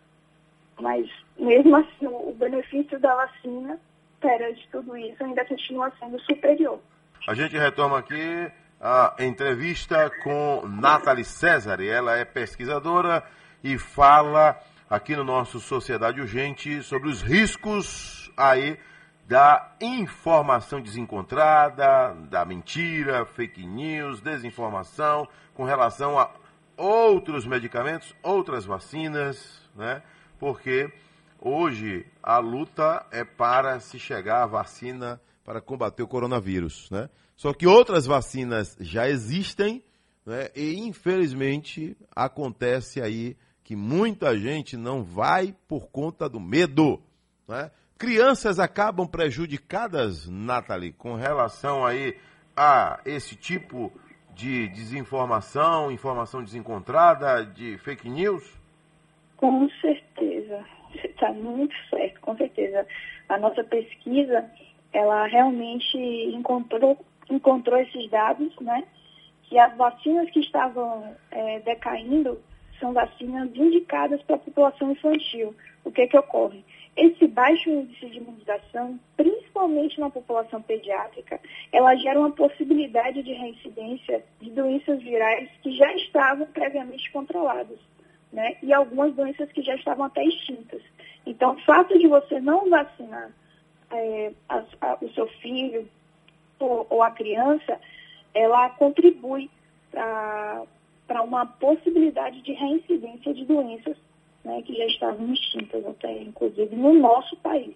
Mas, mesmo assim, o benefício da vacina, perante tudo isso, ainda continua sendo superior. A gente retoma aqui a entrevista com Nathalie César, ela é pesquisadora e fala aqui no nosso Sociedade Urgente sobre os riscos aí da informação desencontrada, da mentira, fake news, desinformação com relação a outros medicamentos, outras vacinas, né? Porque hoje a luta é para se chegar à vacina para combater o coronavírus, né? Só que outras vacinas já existem, né? E infelizmente acontece aí que muita gente não vai por conta do medo, né? Crianças acabam prejudicadas, Nathalie, com relação aí a esse tipo de desinformação, informação desencontrada, de fake news? Com certeza, você está muito certo, com certeza. A nossa pesquisa, ela realmente encontrou, encontrou esses dados, né, que as vacinas que estavam é, decaindo são vacinas indicadas para a população infantil. O que que ocorre? Esse baixo índice de imunização, principalmente na população pediátrica, ela gera uma possibilidade de reincidência de doenças virais que já estavam previamente controladas, né? E algumas doenças que já estavam até extintas. Então, o fato de você não vacinar é, a, a, o seu filho ou, ou a criança, ela contribui para uma possibilidade de reincidência de doenças, né, que já estavam extintas até, inclusive, no nosso país.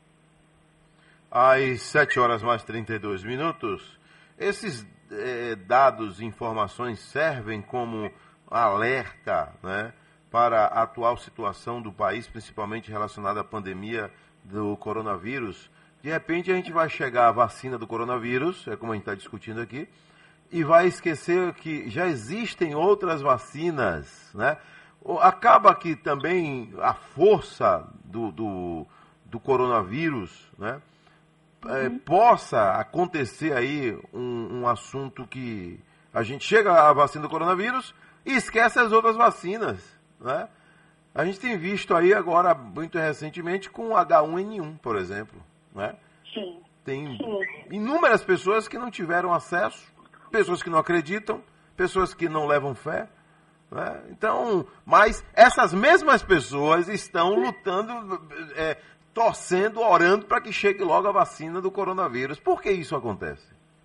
Às sete horas mais trinta e dois minutos, esses eh, dados e informações servem como alerta, né, para a atual situação do país, principalmente relacionada à pandemia do coronavírus. De repente a gente vai chegar à vacina do coronavírus, é como a gente está discutindo aqui, e vai esquecer que já existem outras vacinas, né? Acaba que também a força do, do, do coronavírus, né, uhum. é, possa acontecer aí um, um assunto que a gente chega à vacina do coronavírus e esquece as outras vacinas, né? A gente tem visto aí agora, muito recentemente, com o agá um ene um, por exemplo, né? Sim. Tem Sim. inúmeras pessoas que não tiveram acesso, pessoas que não acreditam, pessoas que não levam fé. Né? Então, mas essas mesmas pessoas estão lutando, é, torcendo, orando para que chegue logo a vacina do coronavírus. Por que isso acontece?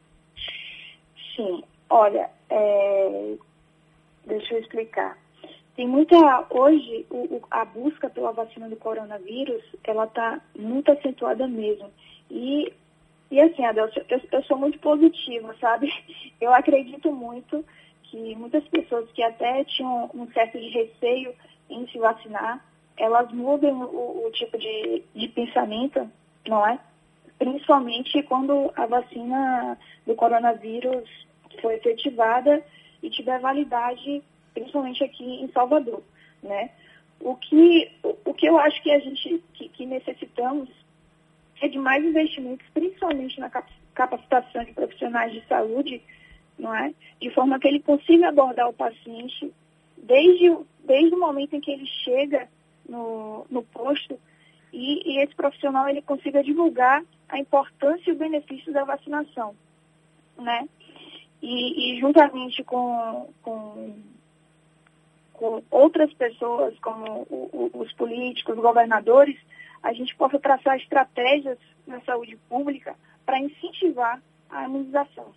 Sim, olha, é, deixa eu explicar. Tem muita, hoje, o, o, a busca pela vacina do coronavírus, ela está muito acentuada mesmo. E, e assim, Adelson, eu, eu sou muito positiva, sabe? Eu acredito muito que muitas pessoas que até tinham um certo de receio em se vacinar, elas mudem o, o tipo de, de pensamento, não é? Principalmente quando a vacina do coronavírus for efetivada e tiver validade, principalmente aqui em Salvador, né? O que, o, o que eu acho que a gente que, que necessitamos é de mais investimentos, principalmente na capacitação de profissionais de saúde, não é? De forma que ele consiga abordar o paciente desde, desde o momento em que ele chega no, no posto e, e esse profissional ele consiga divulgar a importância e o benefício da vacinação, né? E, e juntamente com, com, com outras pessoas, como o, o, os políticos, os governadores, a gente possa traçar estratégias na saúde pública para incentivar a imunização.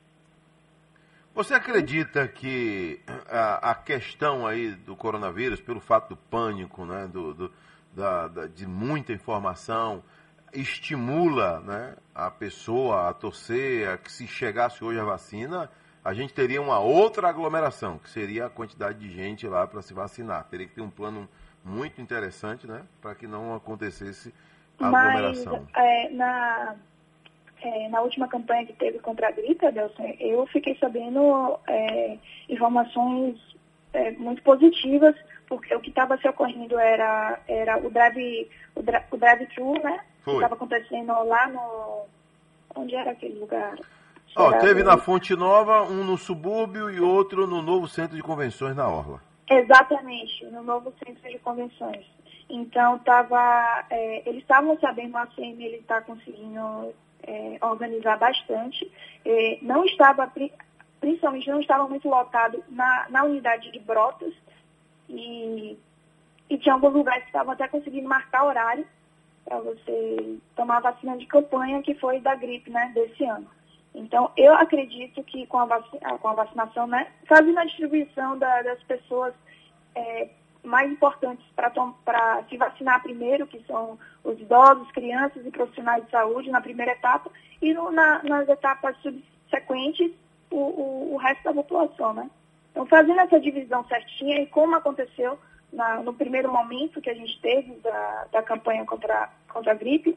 Você acredita que a, a questão aí do coronavírus, pelo fato do pânico, né, do, do, da, da, de muita informação, estimula, né, a pessoa a torcer, a que se chegasse hoje a vacina, a gente teria uma outra aglomeração, que seria a quantidade de gente lá para se vacinar. Teria que ter um plano muito interessante, né, para que não acontecesse a aglomeração. Mas, é, na... É, na última campanha que teve contra a gripe, Adelson, eu fiquei sabendo é, informações é, muito positivas, porque o que estava se ocorrendo era, era o drive o drive, o drive-thru, né? Foi. Que estava acontecendo lá no... Onde era aquele lugar? Ó, teve na Fonte Nova, um no subúrbio e outro no novo centro de convenções na Orla. Exatamente, no novo centro de convenções. Então, tava, é, eles estavam sabendo, a A C M ele está conseguindo... É, organizar bastante, é, não estava, principalmente não estava muito lotado na, na unidade de Brotas e, e tinha alguns lugares que estavam até conseguindo marcar horário para você tomar a vacina de campanha que foi da gripe, né, desse ano. Então, eu acredito que com a, vacina, com a vacinação, né, fazendo a distribuição da, das pessoas é, mais importantes para se vacinar primeiro, que são os idosos, crianças e profissionais de saúde na primeira etapa, e no, na, nas etapas subsequentes, o, o, o resto da população, né? Então, fazendo essa divisão certinha, e como aconteceu na, no primeiro momento que a gente teve da, da campanha contra, contra a gripe,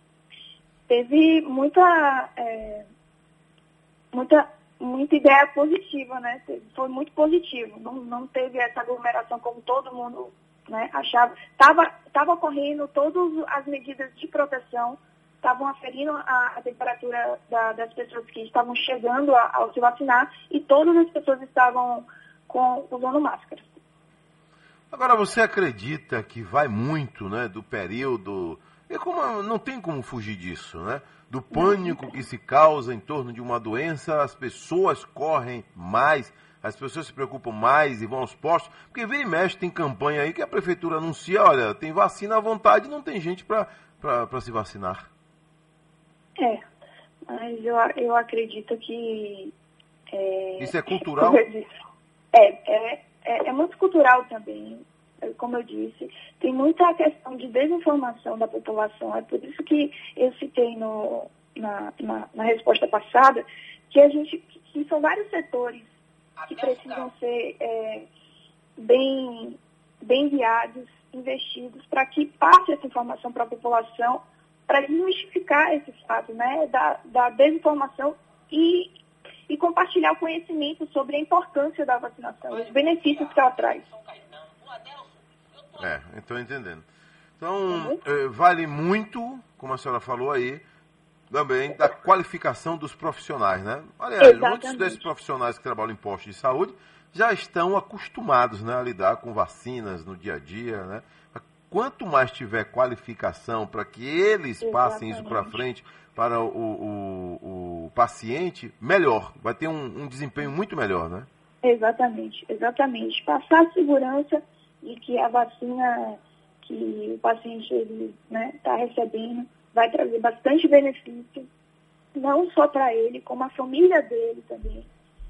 teve muita, é, muita muita ideia positiva, né? Foi muito positivo. Não, não teve essa aglomeração como todo mundo, né, achava. Estava tava ocorrendo todas as medidas de proteção, estavam aferindo a, a temperatura da, das pessoas que estavam chegando a, ao se vacinar e todas as pessoas estavam com, usando máscaras. Agora, você acredita que vai muito, né, do período... É como, não tem como fugir disso, né? Do pânico que se causa em torno de uma doença, as pessoas correm mais, as pessoas se preocupam mais e vão aos postos, porque vem e mexe, tem campanha aí que a prefeitura anuncia, olha, tem vacina à vontade, não tem gente para se vacinar. É, mas eu, eu acredito que... É, isso é cultural? É, é, é, é muito cultural também. Como eu disse, tem muita questão de desinformação da população. É por isso que eu citei no, na, na, na resposta passada que a gente que são vários setores que precisam ser é, bem, bem guiados, investidos, para que passe essa informação para a população, para desmistificar esse fato, né, da, da desinformação e, e compartilhar o conhecimento sobre a importância da vacinação, os benefícios que ela traz. É, estou entendendo. Então, eh, vale muito, como a senhora falou aí, também da qualificação dos profissionais, né? Aliás, Exatamente. muitos desses profissionais que trabalham em postos de saúde já estão acostumados, né, a lidar com vacinas no dia a dia, né? Quanto mais tiver qualificação para que eles Exatamente. passem isso para frente para o, o, o paciente, melhor. Vai ter um, um desempenho muito melhor, né? Exatamente, exatamente. Passar segurança de que a vacina que o paciente ele, né, está recebendo vai trazer bastante benefício, não só para ele, como a família dele também.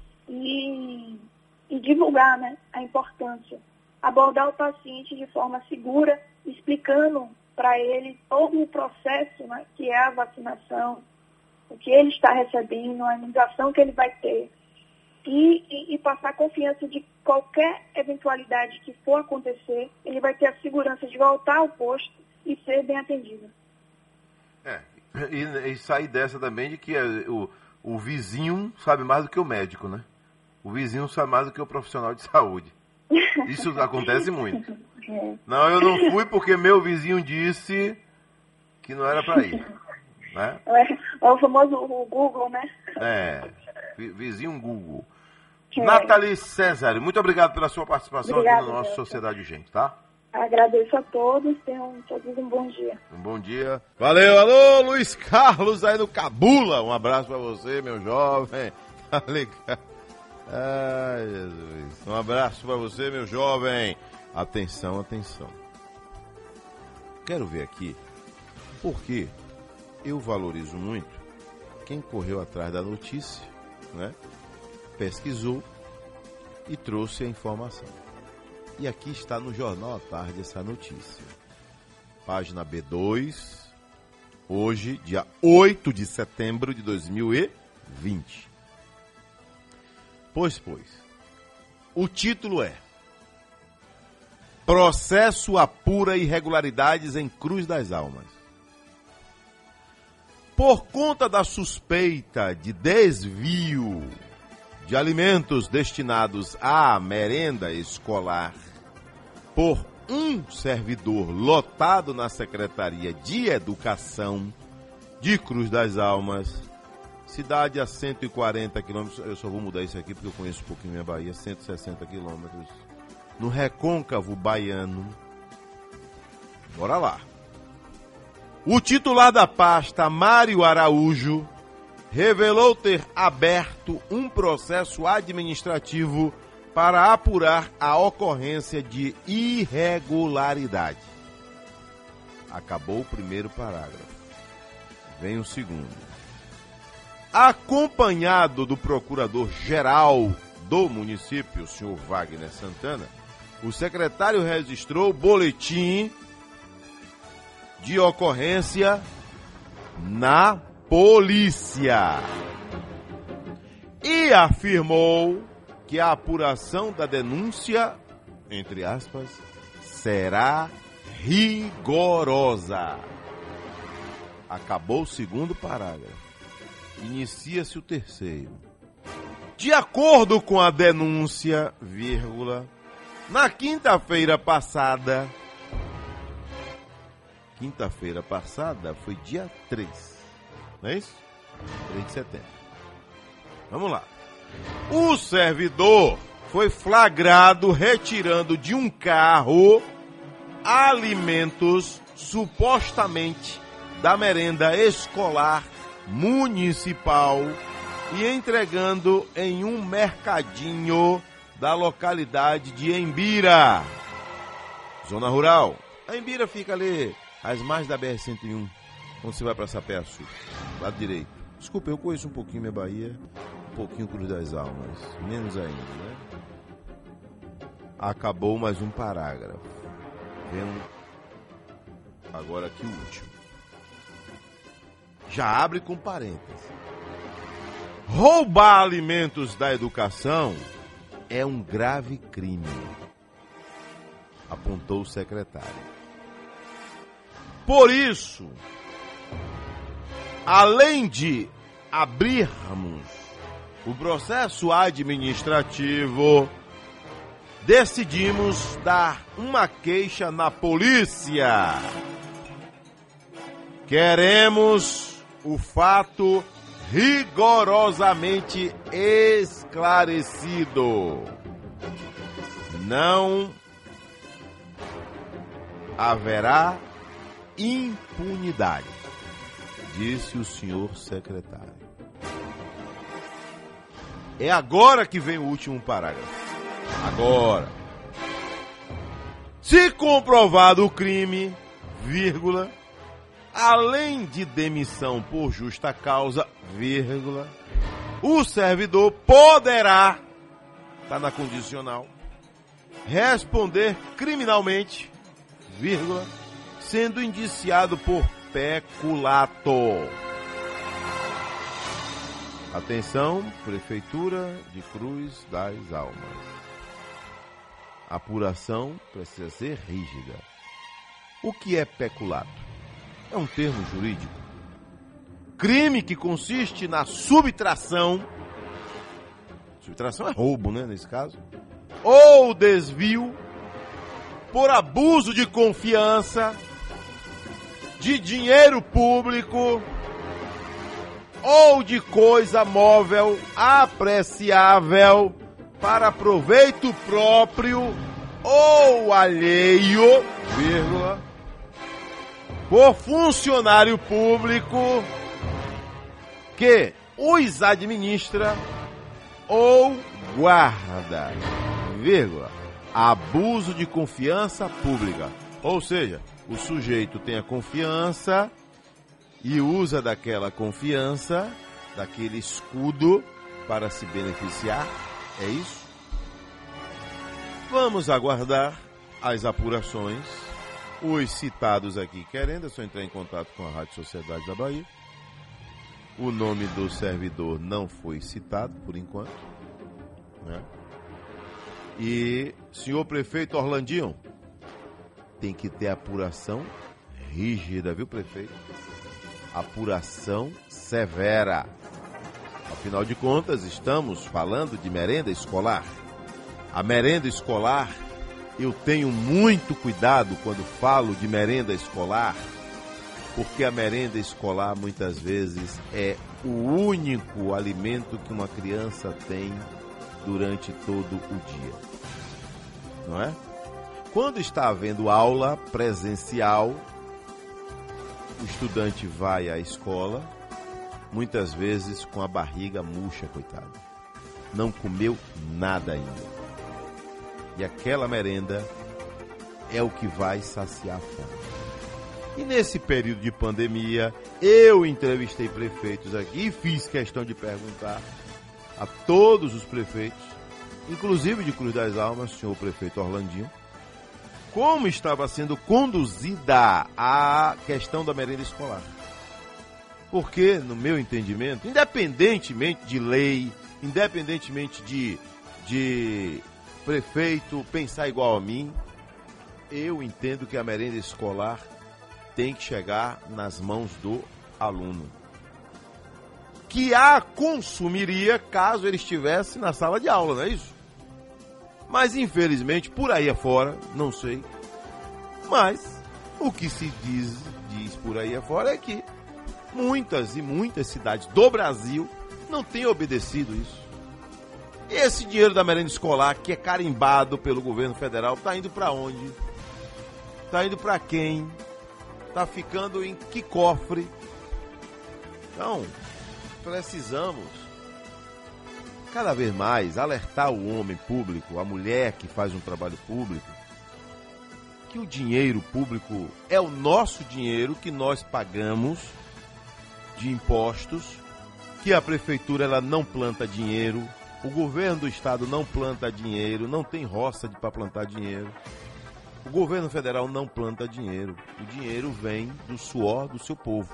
E, e divulgar, né, a importância. Abordar o paciente de forma segura, explicando para ele todo o processo, né, que é a vacinação, o que ele está recebendo, a imunização que ele vai ter. E, e, e passar confiança de qualquer eventualidade que for acontecer, ele vai ter a segurança de voltar ao posto e ser bem atendido. É, e, e sair dessa também de que o, o vizinho sabe mais do que o médico, né? O vizinho sabe mais do que o profissional de saúde. Isso acontece muito. É. Não, eu não fui porque meu vizinho disse que não era para ir. Né? É o famoso o Google, né? É, vizinho Google. É. Nathalie César, muito obrigado pela sua participação Obrigada, aqui no nosso Sociedade Urgente, tá? Agradeço a todos, tenham todos um bom dia. Um bom dia. Valeu, alô, Luiz Carlos aí no Cabula. Um abraço pra você, meu jovem. Tá ligado? Ai, Jesus. Um abraço pra você, meu jovem. Atenção, atenção. Quero ver aqui, porque eu valorizo muito quem correu atrás da notícia, né? Pesquisou e trouxe a informação. E aqui está no Jornal à Tarde essa notícia. Página B dois, hoje, dia oito de setembro de dois mil e vinte. Pois, pois, o título é Processo apura irregularidades em Cruz das Almas. Por conta da suspeita de desvio de alimentos destinados à merenda escolar por um servidor lotado na Secretaria de Educação de Cruz das Almas, cidade a cento e quarenta quilômetros, eu só vou mudar isso aqui porque eu conheço um pouquinho minha Bahia, cento e sessenta quilômetros, no recôncavo baiano. Bora lá. O titular da pasta, Mário Araújo, revelou ter aberto um processo administrativo para apurar a ocorrência de irregularidade. Acabou o primeiro parágrafo. Vem o segundo. Acompanhado do procurador-geral do município, o senhor Wagner Santana, o secretário registrou boletim de ocorrência na polícia e afirmou que a apuração da denúncia, entre aspas, será rigorosa. Acabou o segundo parágrafo. Inicia-se o terceiro. De acordo com a denúncia, vírgula, na quinta-feira passada, quinta-feira passada foi dia três, não é isso? três de setembro. Vamos lá. O servidor foi flagrado retirando de um carro alimentos supostamente da merenda escolar municipal e entregando em um mercadinho da localidade de Embira, zona rural. A Embira fica ali às margens da B R cento e um, quando você vai para Sapé-Açu, lado direito. Desculpa, eu conheço um pouquinho minha Bahia, um pouquinho Cruz das Almas, menos ainda, né? Acabou mais um parágrafo. Vem agora aqui o último. Já abre com parênteses. Roubar alimentos da educação é um grave crime, apontou o secretário. Por isso, além de abrirmos o processo administrativo, decidimos dar uma queixa na polícia. Queremos o fato rigorosamente esclarecido. Não haverá impunidade, disse o senhor secretário. É agora que vem o último parágrafo. Agora. Se comprovado o crime, vírgula, além de demissão por justa causa, vírgula, o servidor poderá, está na condicional, responder criminalmente, vírgula, sendo indiciado por peculato. Atenção, Prefeitura de Cruz das Almas. A apuração precisa ser rígida. O que é peculato? É um termo jurídico. Crime que consiste na subtração, subtração é roubo, né, nesse caso, ou desvio por abuso de confiança, de dinheiro público ou de coisa móvel apreciável para proveito próprio ou alheio, vírgula, por funcionário público que os administra ou guarda, vírgula, abuso de confiança pública. Ou seja, o sujeito tem a confiança e usa daquela confiança, daquele escudo para se beneficiar. É isso? Vamos aguardar as apurações. Os citados aqui querendo, é só entrar em contato com a Rádio Sociedade da Bahia. O nome do servidor não foi citado por enquanto, né? E, senhor prefeito Orlandinho, tem que ter apuração rígida, viu, prefeito? Apuração severa. Afinal de contas, estamos falando de merenda escolar. A merenda escolar, eu tenho muito cuidado quando falo de merenda escolar, porque a merenda escolar muitas vezes é o único alimento que uma criança tem durante todo o dia. Não é? Quando está havendo aula presencial, o estudante vai à escola, muitas vezes com a barriga murcha, coitado. Não comeu nada ainda. E aquela merenda é o que vai saciar a fome. E nesse período de pandemia, eu entrevistei prefeitos aqui e fiz questão de perguntar a todos os prefeitos, inclusive de Cruz das Almas, senhor prefeito Orlandinho, como estava sendo conduzida a questão da merenda escolar. Porque, no meu entendimento, independentemente de lei, independentemente de, de prefeito pensar igual a mim, eu entendo que a merenda escolar tem que chegar nas mãos do aluno, que a consumiria caso ele estivesse na sala de aula, não é isso? Mas, infelizmente, por aí afora, não sei, mas O que se diz, diz por aí afora é que muitas e muitas cidades do Brasil não têm obedecido isso. E esse dinheiro da merenda escolar, que é carimbado pelo governo federal, está indo para onde? Está indo para quem? Está ficando em que cofre? Então, precisamos cada vez mais alertar o homem público, a mulher que faz um trabalho público, que o dinheiro público é o nosso dinheiro que nós pagamos de impostos, que a prefeitura ela não planta dinheiro, o governo do estado não planta dinheiro, não tem roça para plantar dinheiro, o governo federal não planta dinheiro, o dinheiro vem do suor do seu povo.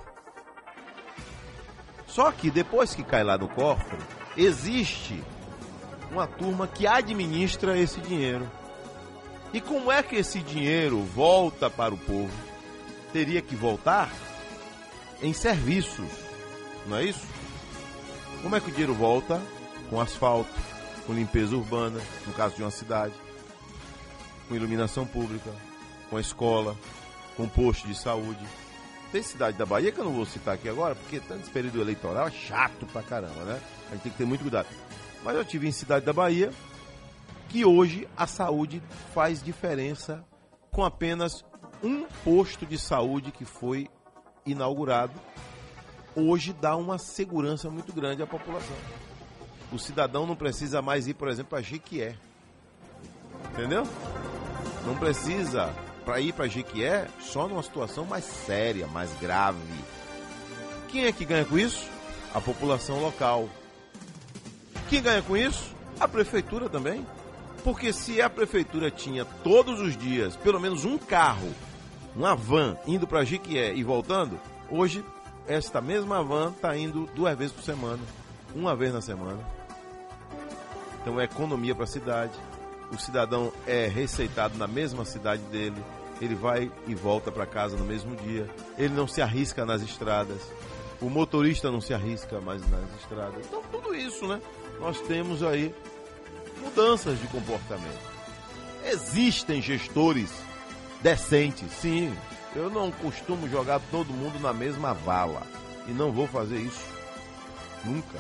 Só que depois que cai lá no cofre, existe uma turma que administra esse dinheiro. E como é que esse dinheiro volta para o povo? Teria que voltar em serviços, não é isso? Como é que o dinheiro volta? Com asfalto, com limpeza urbana, no caso de uma cidade, com iluminação pública, com a escola, com posto de saúde. Tem cidade da Bahia que eu não vou citar aqui agora, porque tá nesse período eleitoral é chato pra caramba, né? A gente tem que ter muito cuidado. Mas eu tive em cidade da Bahia que hoje a saúde faz diferença com apenas um posto de saúde que foi inaugurado. Hoje dá uma segurança muito grande à população. O cidadão não precisa mais ir, por exemplo, para Jequié. Entendeu? Não precisa para ir para Jequié só numa situação mais séria, mais grave. Quem é que ganha com isso? A população local. Quem ganha com isso? A prefeitura também. Porque se a prefeitura tinha todos os dias, pelo menos um carro, uma van, indo para Jequié e voltando, hoje esta mesma van está indo duas vezes por semana, uma vez na semana. Então é economia para a cidade. O cidadão é receitado na mesma cidade dele, ele vai e volta para casa no mesmo dia, ele não se arrisca nas estradas, o motorista não se arrisca mais nas estradas. Então tudo isso, né? Nós temos aí mudanças de comportamento. Existem gestores decentes, sim. Eu não costumo jogar todo mundo na mesma vala e não vou fazer isso nunca.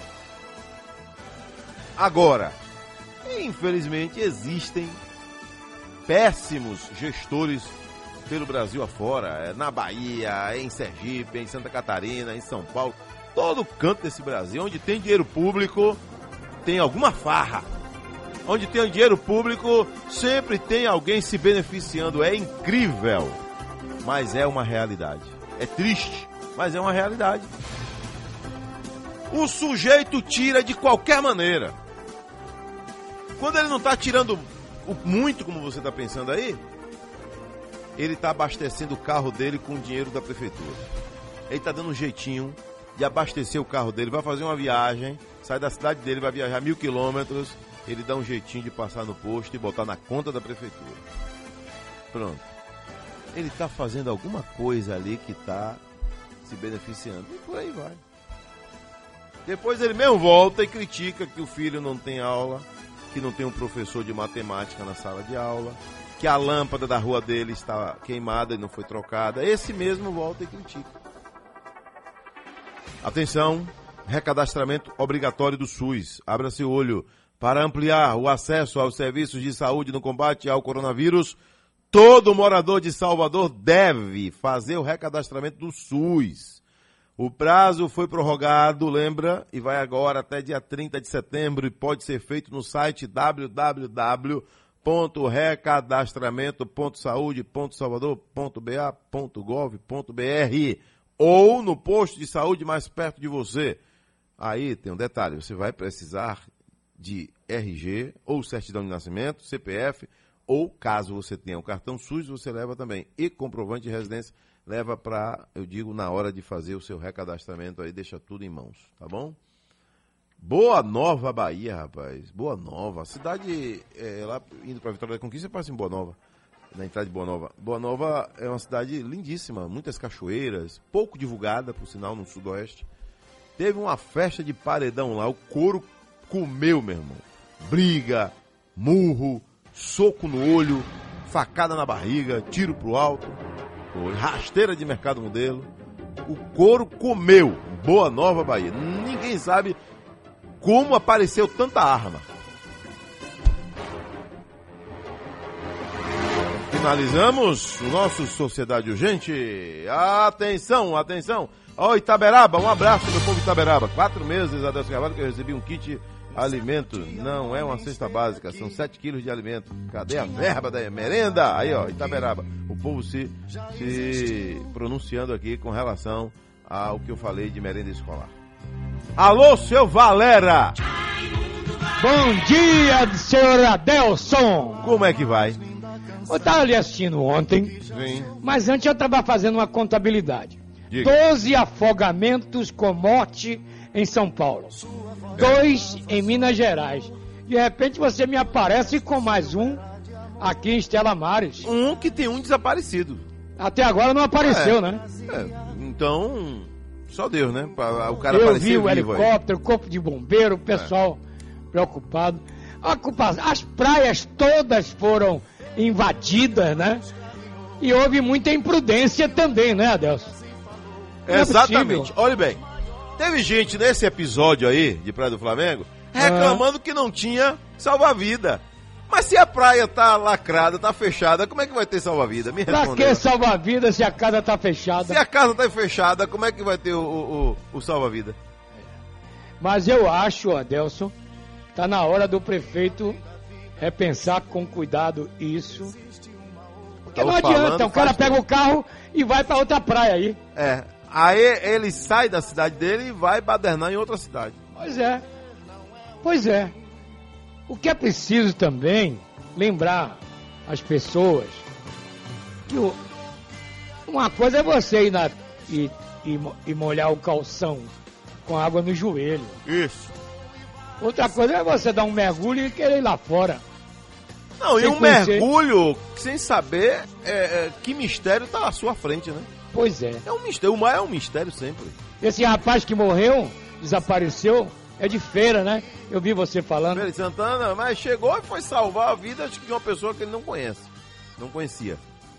Agora, infelizmente, existem péssimos gestores pelo Brasil afora, na Bahia, em Sergipe, em Santa Catarina, em São Paulo, todo canto desse Brasil, onde tem dinheiro público, tem alguma farra. Onde tem dinheiro público, sempre tem alguém se beneficiando. É incrível, mas é uma realidade. É triste, mas é uma realidade. O sujeito tira de qualquer maneira. Quando ele não está tirando muito, como você está pensando aí, ele está abastecendo o carro dele com o dinheiro da prefeitura. Ele está dando um jeitinho de abastecer o carro dele, vai fazer uma viagem, sai da cidade dele, vai viajar mil quilômetros, ele dá um jeitinho de passar no posto e botar na conta da prefeitura. Pronto. Ele está fazendo alguma coisa ali que está se beneficiando. E por aí vai. Depois ele mesmo volta e critica que o filho não tem aula, que não tem um professor de matemática na sala de aula, que a lâmpada da rua dele está queimada e não foi trocada. Esse mesmo volta e critica. Atenção, recadastramento obrigatório do SUS. Abra seu olho. Para ampliar o acesso aos serviços de saúde no combate ao coronavírus, todo morador de Salvador deve fazer o recadastramento do SUS. O prazo foi prorrogado, lembra, e vai agora até dia trinta de setembro e pode ser feito no site w w w ponto recadastramento ponto saúde ponto salvador ponto b a ponto gov ponto b r ou no posto de saúde mais perto de você. Aí tem um detalhe, você vai precisar de R G ou certidão de nascimento, C P F, ou caso você tenha um cartão SUS, você leva também. E comprovante de residência, leva para, eu digo, na hora de fazer o seu recadastramento aí, deixa tudo em mãos, tá bom? Boa Nova, Bahia, rapaz. Boa Nova. A cidade, é, lá indo para Vitória da Conquista, passa em Boa Nova, na entrada de Boa Nova. Boa Nova é uma cidade lindíssima, muitas cachoeiras, pouco divulgada, por sinal, no sudoeste. Teve uma festa de paredão lá, o couro comeu, meu irmão. Briga, murro, soco no olho, facada na barriga, tiro pro alto. Foi. Rasteira de mercado modelo. O couro comeu. Boa Nova, Bahia. Ninguém sabe como apareceu tanta arma. Finalizamos o nosso Sociedade Urgente. Atenção, atenção. Ó, Itaberaba, um abraço, meu povo de Itaberaba. Quatro meses, Adelson Carvalho, que eu recebi um kit alimento. Não é uma cesta básica, são sete quilos de alimento. Cadê a verba da merenda? Aí, ó, Itaberaba. O povo se, se pronunciando aqui com relação ao que eu falei de merenda escolar. Alô, seu Valera! Bom dia, senhor Adelson! Como é que vai? Eu estava ali assistindo ontem, Sim. Mas antes eu estava fazendo uma contabilidade. Diga. doze afogamentos com morte em São Paulo. Dois em Minas Gerais. De repente você me aparece com mais um aqui em Estela Maris. Um que tem um desaparecido. Até agora não apareceu, É. né? É, então, só Deus, né? Pra- O cara Eu aparecer vi o vivo aí. helicóptero, o corpo de bombeiro, o pessoal preocupado. A culpa- As praias todas foram invadidas, né? E houve muita imprudência também, né, Adelson? Não é Exatamente. possível. Olha bem, teve gente nesse episódio aí de Praia do Flamengo reclamando que não tinha salva-vida. Mas se a praia tá lacrada, tá fechada, como é que vai ter salva-vida? Me Pra responde. que salva-vida se a casa tá fechada? Se a casa tá fechada, como é que vai ter o, o, o- o salva-vida? Mas eu acho, Adelson, tá na hora do prefeito repensar com cuidado isso. Porque não Estamos adianta, falando, o cara faz pega o carro e vai pra outra praia aí. É. Aí ele sai da cidade dele e vai badernar em outra cidade. Pois é. Pois é. O que é preciso também lembrar as pessoas que o- uma coisa é você ir na, e, e, mo- e molhar o calção com água no joelho. Isso. Outra coisa é você dar um mergulho e querer ir lá fora. Não, e Sem um conhecer. mergulho sem saber é, é, que mistério tá à sua frente, né? Pois é. É um mistério, o mar é um mistério sempre. Esse rapaz que morreu, desapareceu, é de Feira, né? Eu vi você falando. Feira de Santana, mas chegou e foi salvar a vida acho que de uma pessoa que ele não conhece. Não conhecia.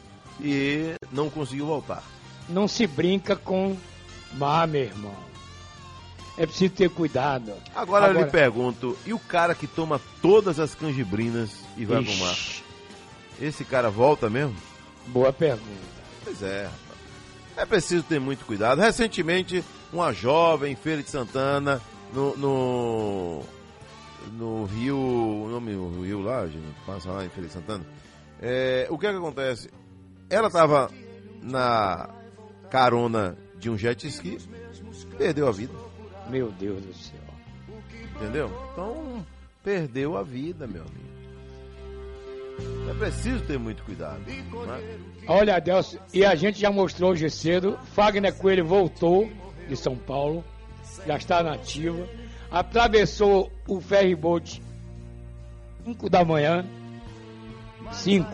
E não conseguiu voltar. Não se brinca com mar, meu irmão. É preciso ter cuidado. Agora, eu lhe pergunto, e o cara que toma todas as canjibrinas e vai pro mar? Esse cara volta mesmo? Boa pergunta. Pois é, rapaz. É preciso ter muito cuidado. Recentemente, uma jovem em Feira de Santana, no, no, no Rio, o nome do Rio lá, gente, passa lá em Feira de Santana. É, o que é que acontece? Ela estava na carona de um jet ski, perdeu a vida. Meu Deus do céu. Entendeu? Então, perdeu a vida, meu amigo. É preciso ter muito cuidado. Né? Olha, Adelson, e a gente já mostrou hoje cedo, Fagner Coelho voltou de São Paulo, já está na ativa, atravessou o ferryboat cinco da manhã, cinco.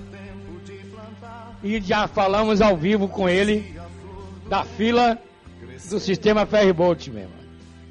E já falamos ao vivo com ele da fila do sistema ferryboat mesmo.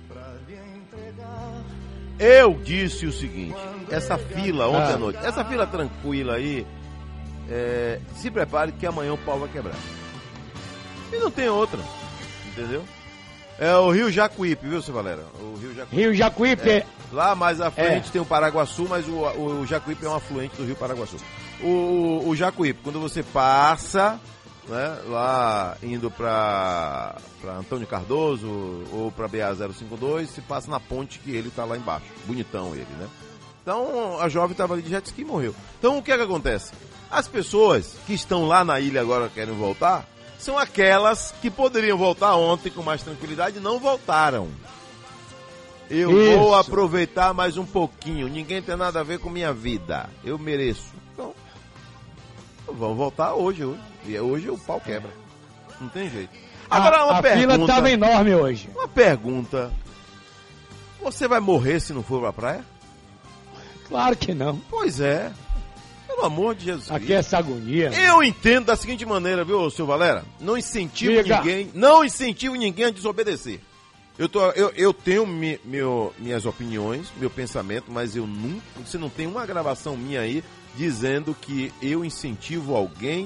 Eu disse o seguinte, essa fila ontem Ah. à noite, essa fila tranquila aí, é, se prepare que amanhã o pau vai quebrar. E não tem outra, entendeu? É o Rio Jacuípe, viu, seu Valera? O Rio Jacuípe. Rio Jacuípe É, lá mais à frente É. tem o Paraguaçu, mas o, o Jacuípe é um afluente do Rio Paraguaçu. O, o, o Jacuípe, quando você passa, né, lá indo para Antônio Cardoso ou para B A zero cinco dois, se passa na ponte que ele tá lá embaixo. Bonitão ele, né? Então a jovem estava ali de jet ski e morreu. Então o que é que acontece? As pessoas que estão lá na ilha agora querem voltar são aquelas que poderiam voltar ontem com mais tranquilidade e não voltaram. Eu Isso. vou aproveitar mais um pouquinho. Ninguém tem nada a ver com minha vida. Eu mereço. Então, vamos voltar hoje, hoje. E hoje o pau quebra. Não tem jeito. Agora a, uma a pergunta. fila estava enorme hoje. Uma pergunta. Você vai morrer se não for pra praia? Claro que não. Pois é. Pelo amor de Jesus. Aqui é essa agonia. Eu entendo da seguinte maneira, viu, seu Valera? Não incentivo Diga. ninguém, não incentivo ninguém a desobedecer. Eu, tô, eu, eu tenho mi, meu, minhas opiniões, meu pensamento, mas eu nunca, você não tem uma gravação minha aí dizendo que eu incentivo alguém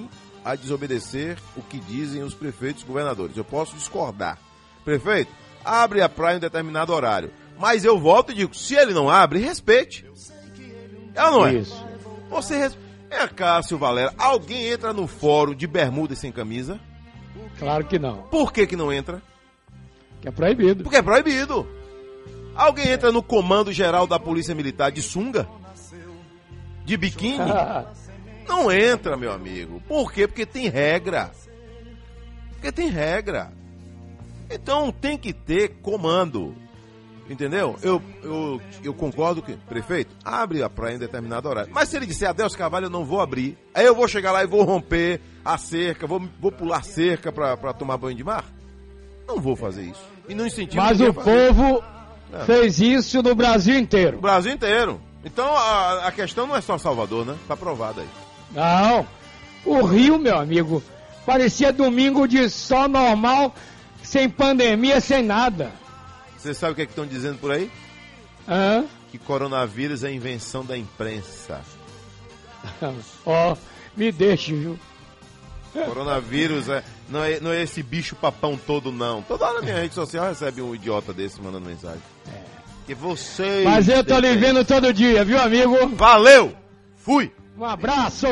a desobedecer o que dizem os prefeitos e governadores. Eu posso discordar. Prefeito, abre a praia em um determinado horário. Mas eu volto e digo, se ele não abre, respeite. É ou não é? Isso. Você respeita. É, Cássio Valera, alguém entra no fórum de bermuda e sem camisa? Claro que não. Por que que não entra? Que é proibido. Porque é proibido. Alguém entra no comando geral da Polícia Militar de sunga? De biquíni? Não entra, meu amigo. Por quê? Porque tem regra. Porque tem regra. Então tem que ter comando. Entendeu? Eu, eu, eu concordo que, prefeito, abre a praia em determinado horário. Mas se ele disser, Adelso Carvalho, eu não vou abrir, aí eu vou chegar lá e vou romper a cerca, vou, vou pular cerca pra, pra tomar banho de mar? Não vou fazer isso. E não incentivo. Mas o povo é. fez isso no Brasil inteiro. O Brasil inteiro. Então a, a questão não é só Salvador, né? Tá provado aí. Não. O Rio, meu amigo, parecia domingo de sol normal, sem pandemia, sem nada. Você sabe o que é que estão dizendo por aí? Hã? Que coronavírus é invenção da imprensa. Ó, oh, me deixe, viu? Coronavírus é não, é não é esse bicho papão todo, não. Toda hora na minha rede social recebe um idiota desse mandando mensagem. É. Que vocês... Mas eu tô lhe vendo todo dia, viu, amigo? Valeu! Fui! Um abraço!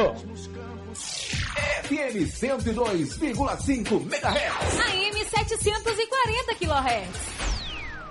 F M cento e dois vírgula cinco megahertz. A M setecentos e quarenta quilohertz.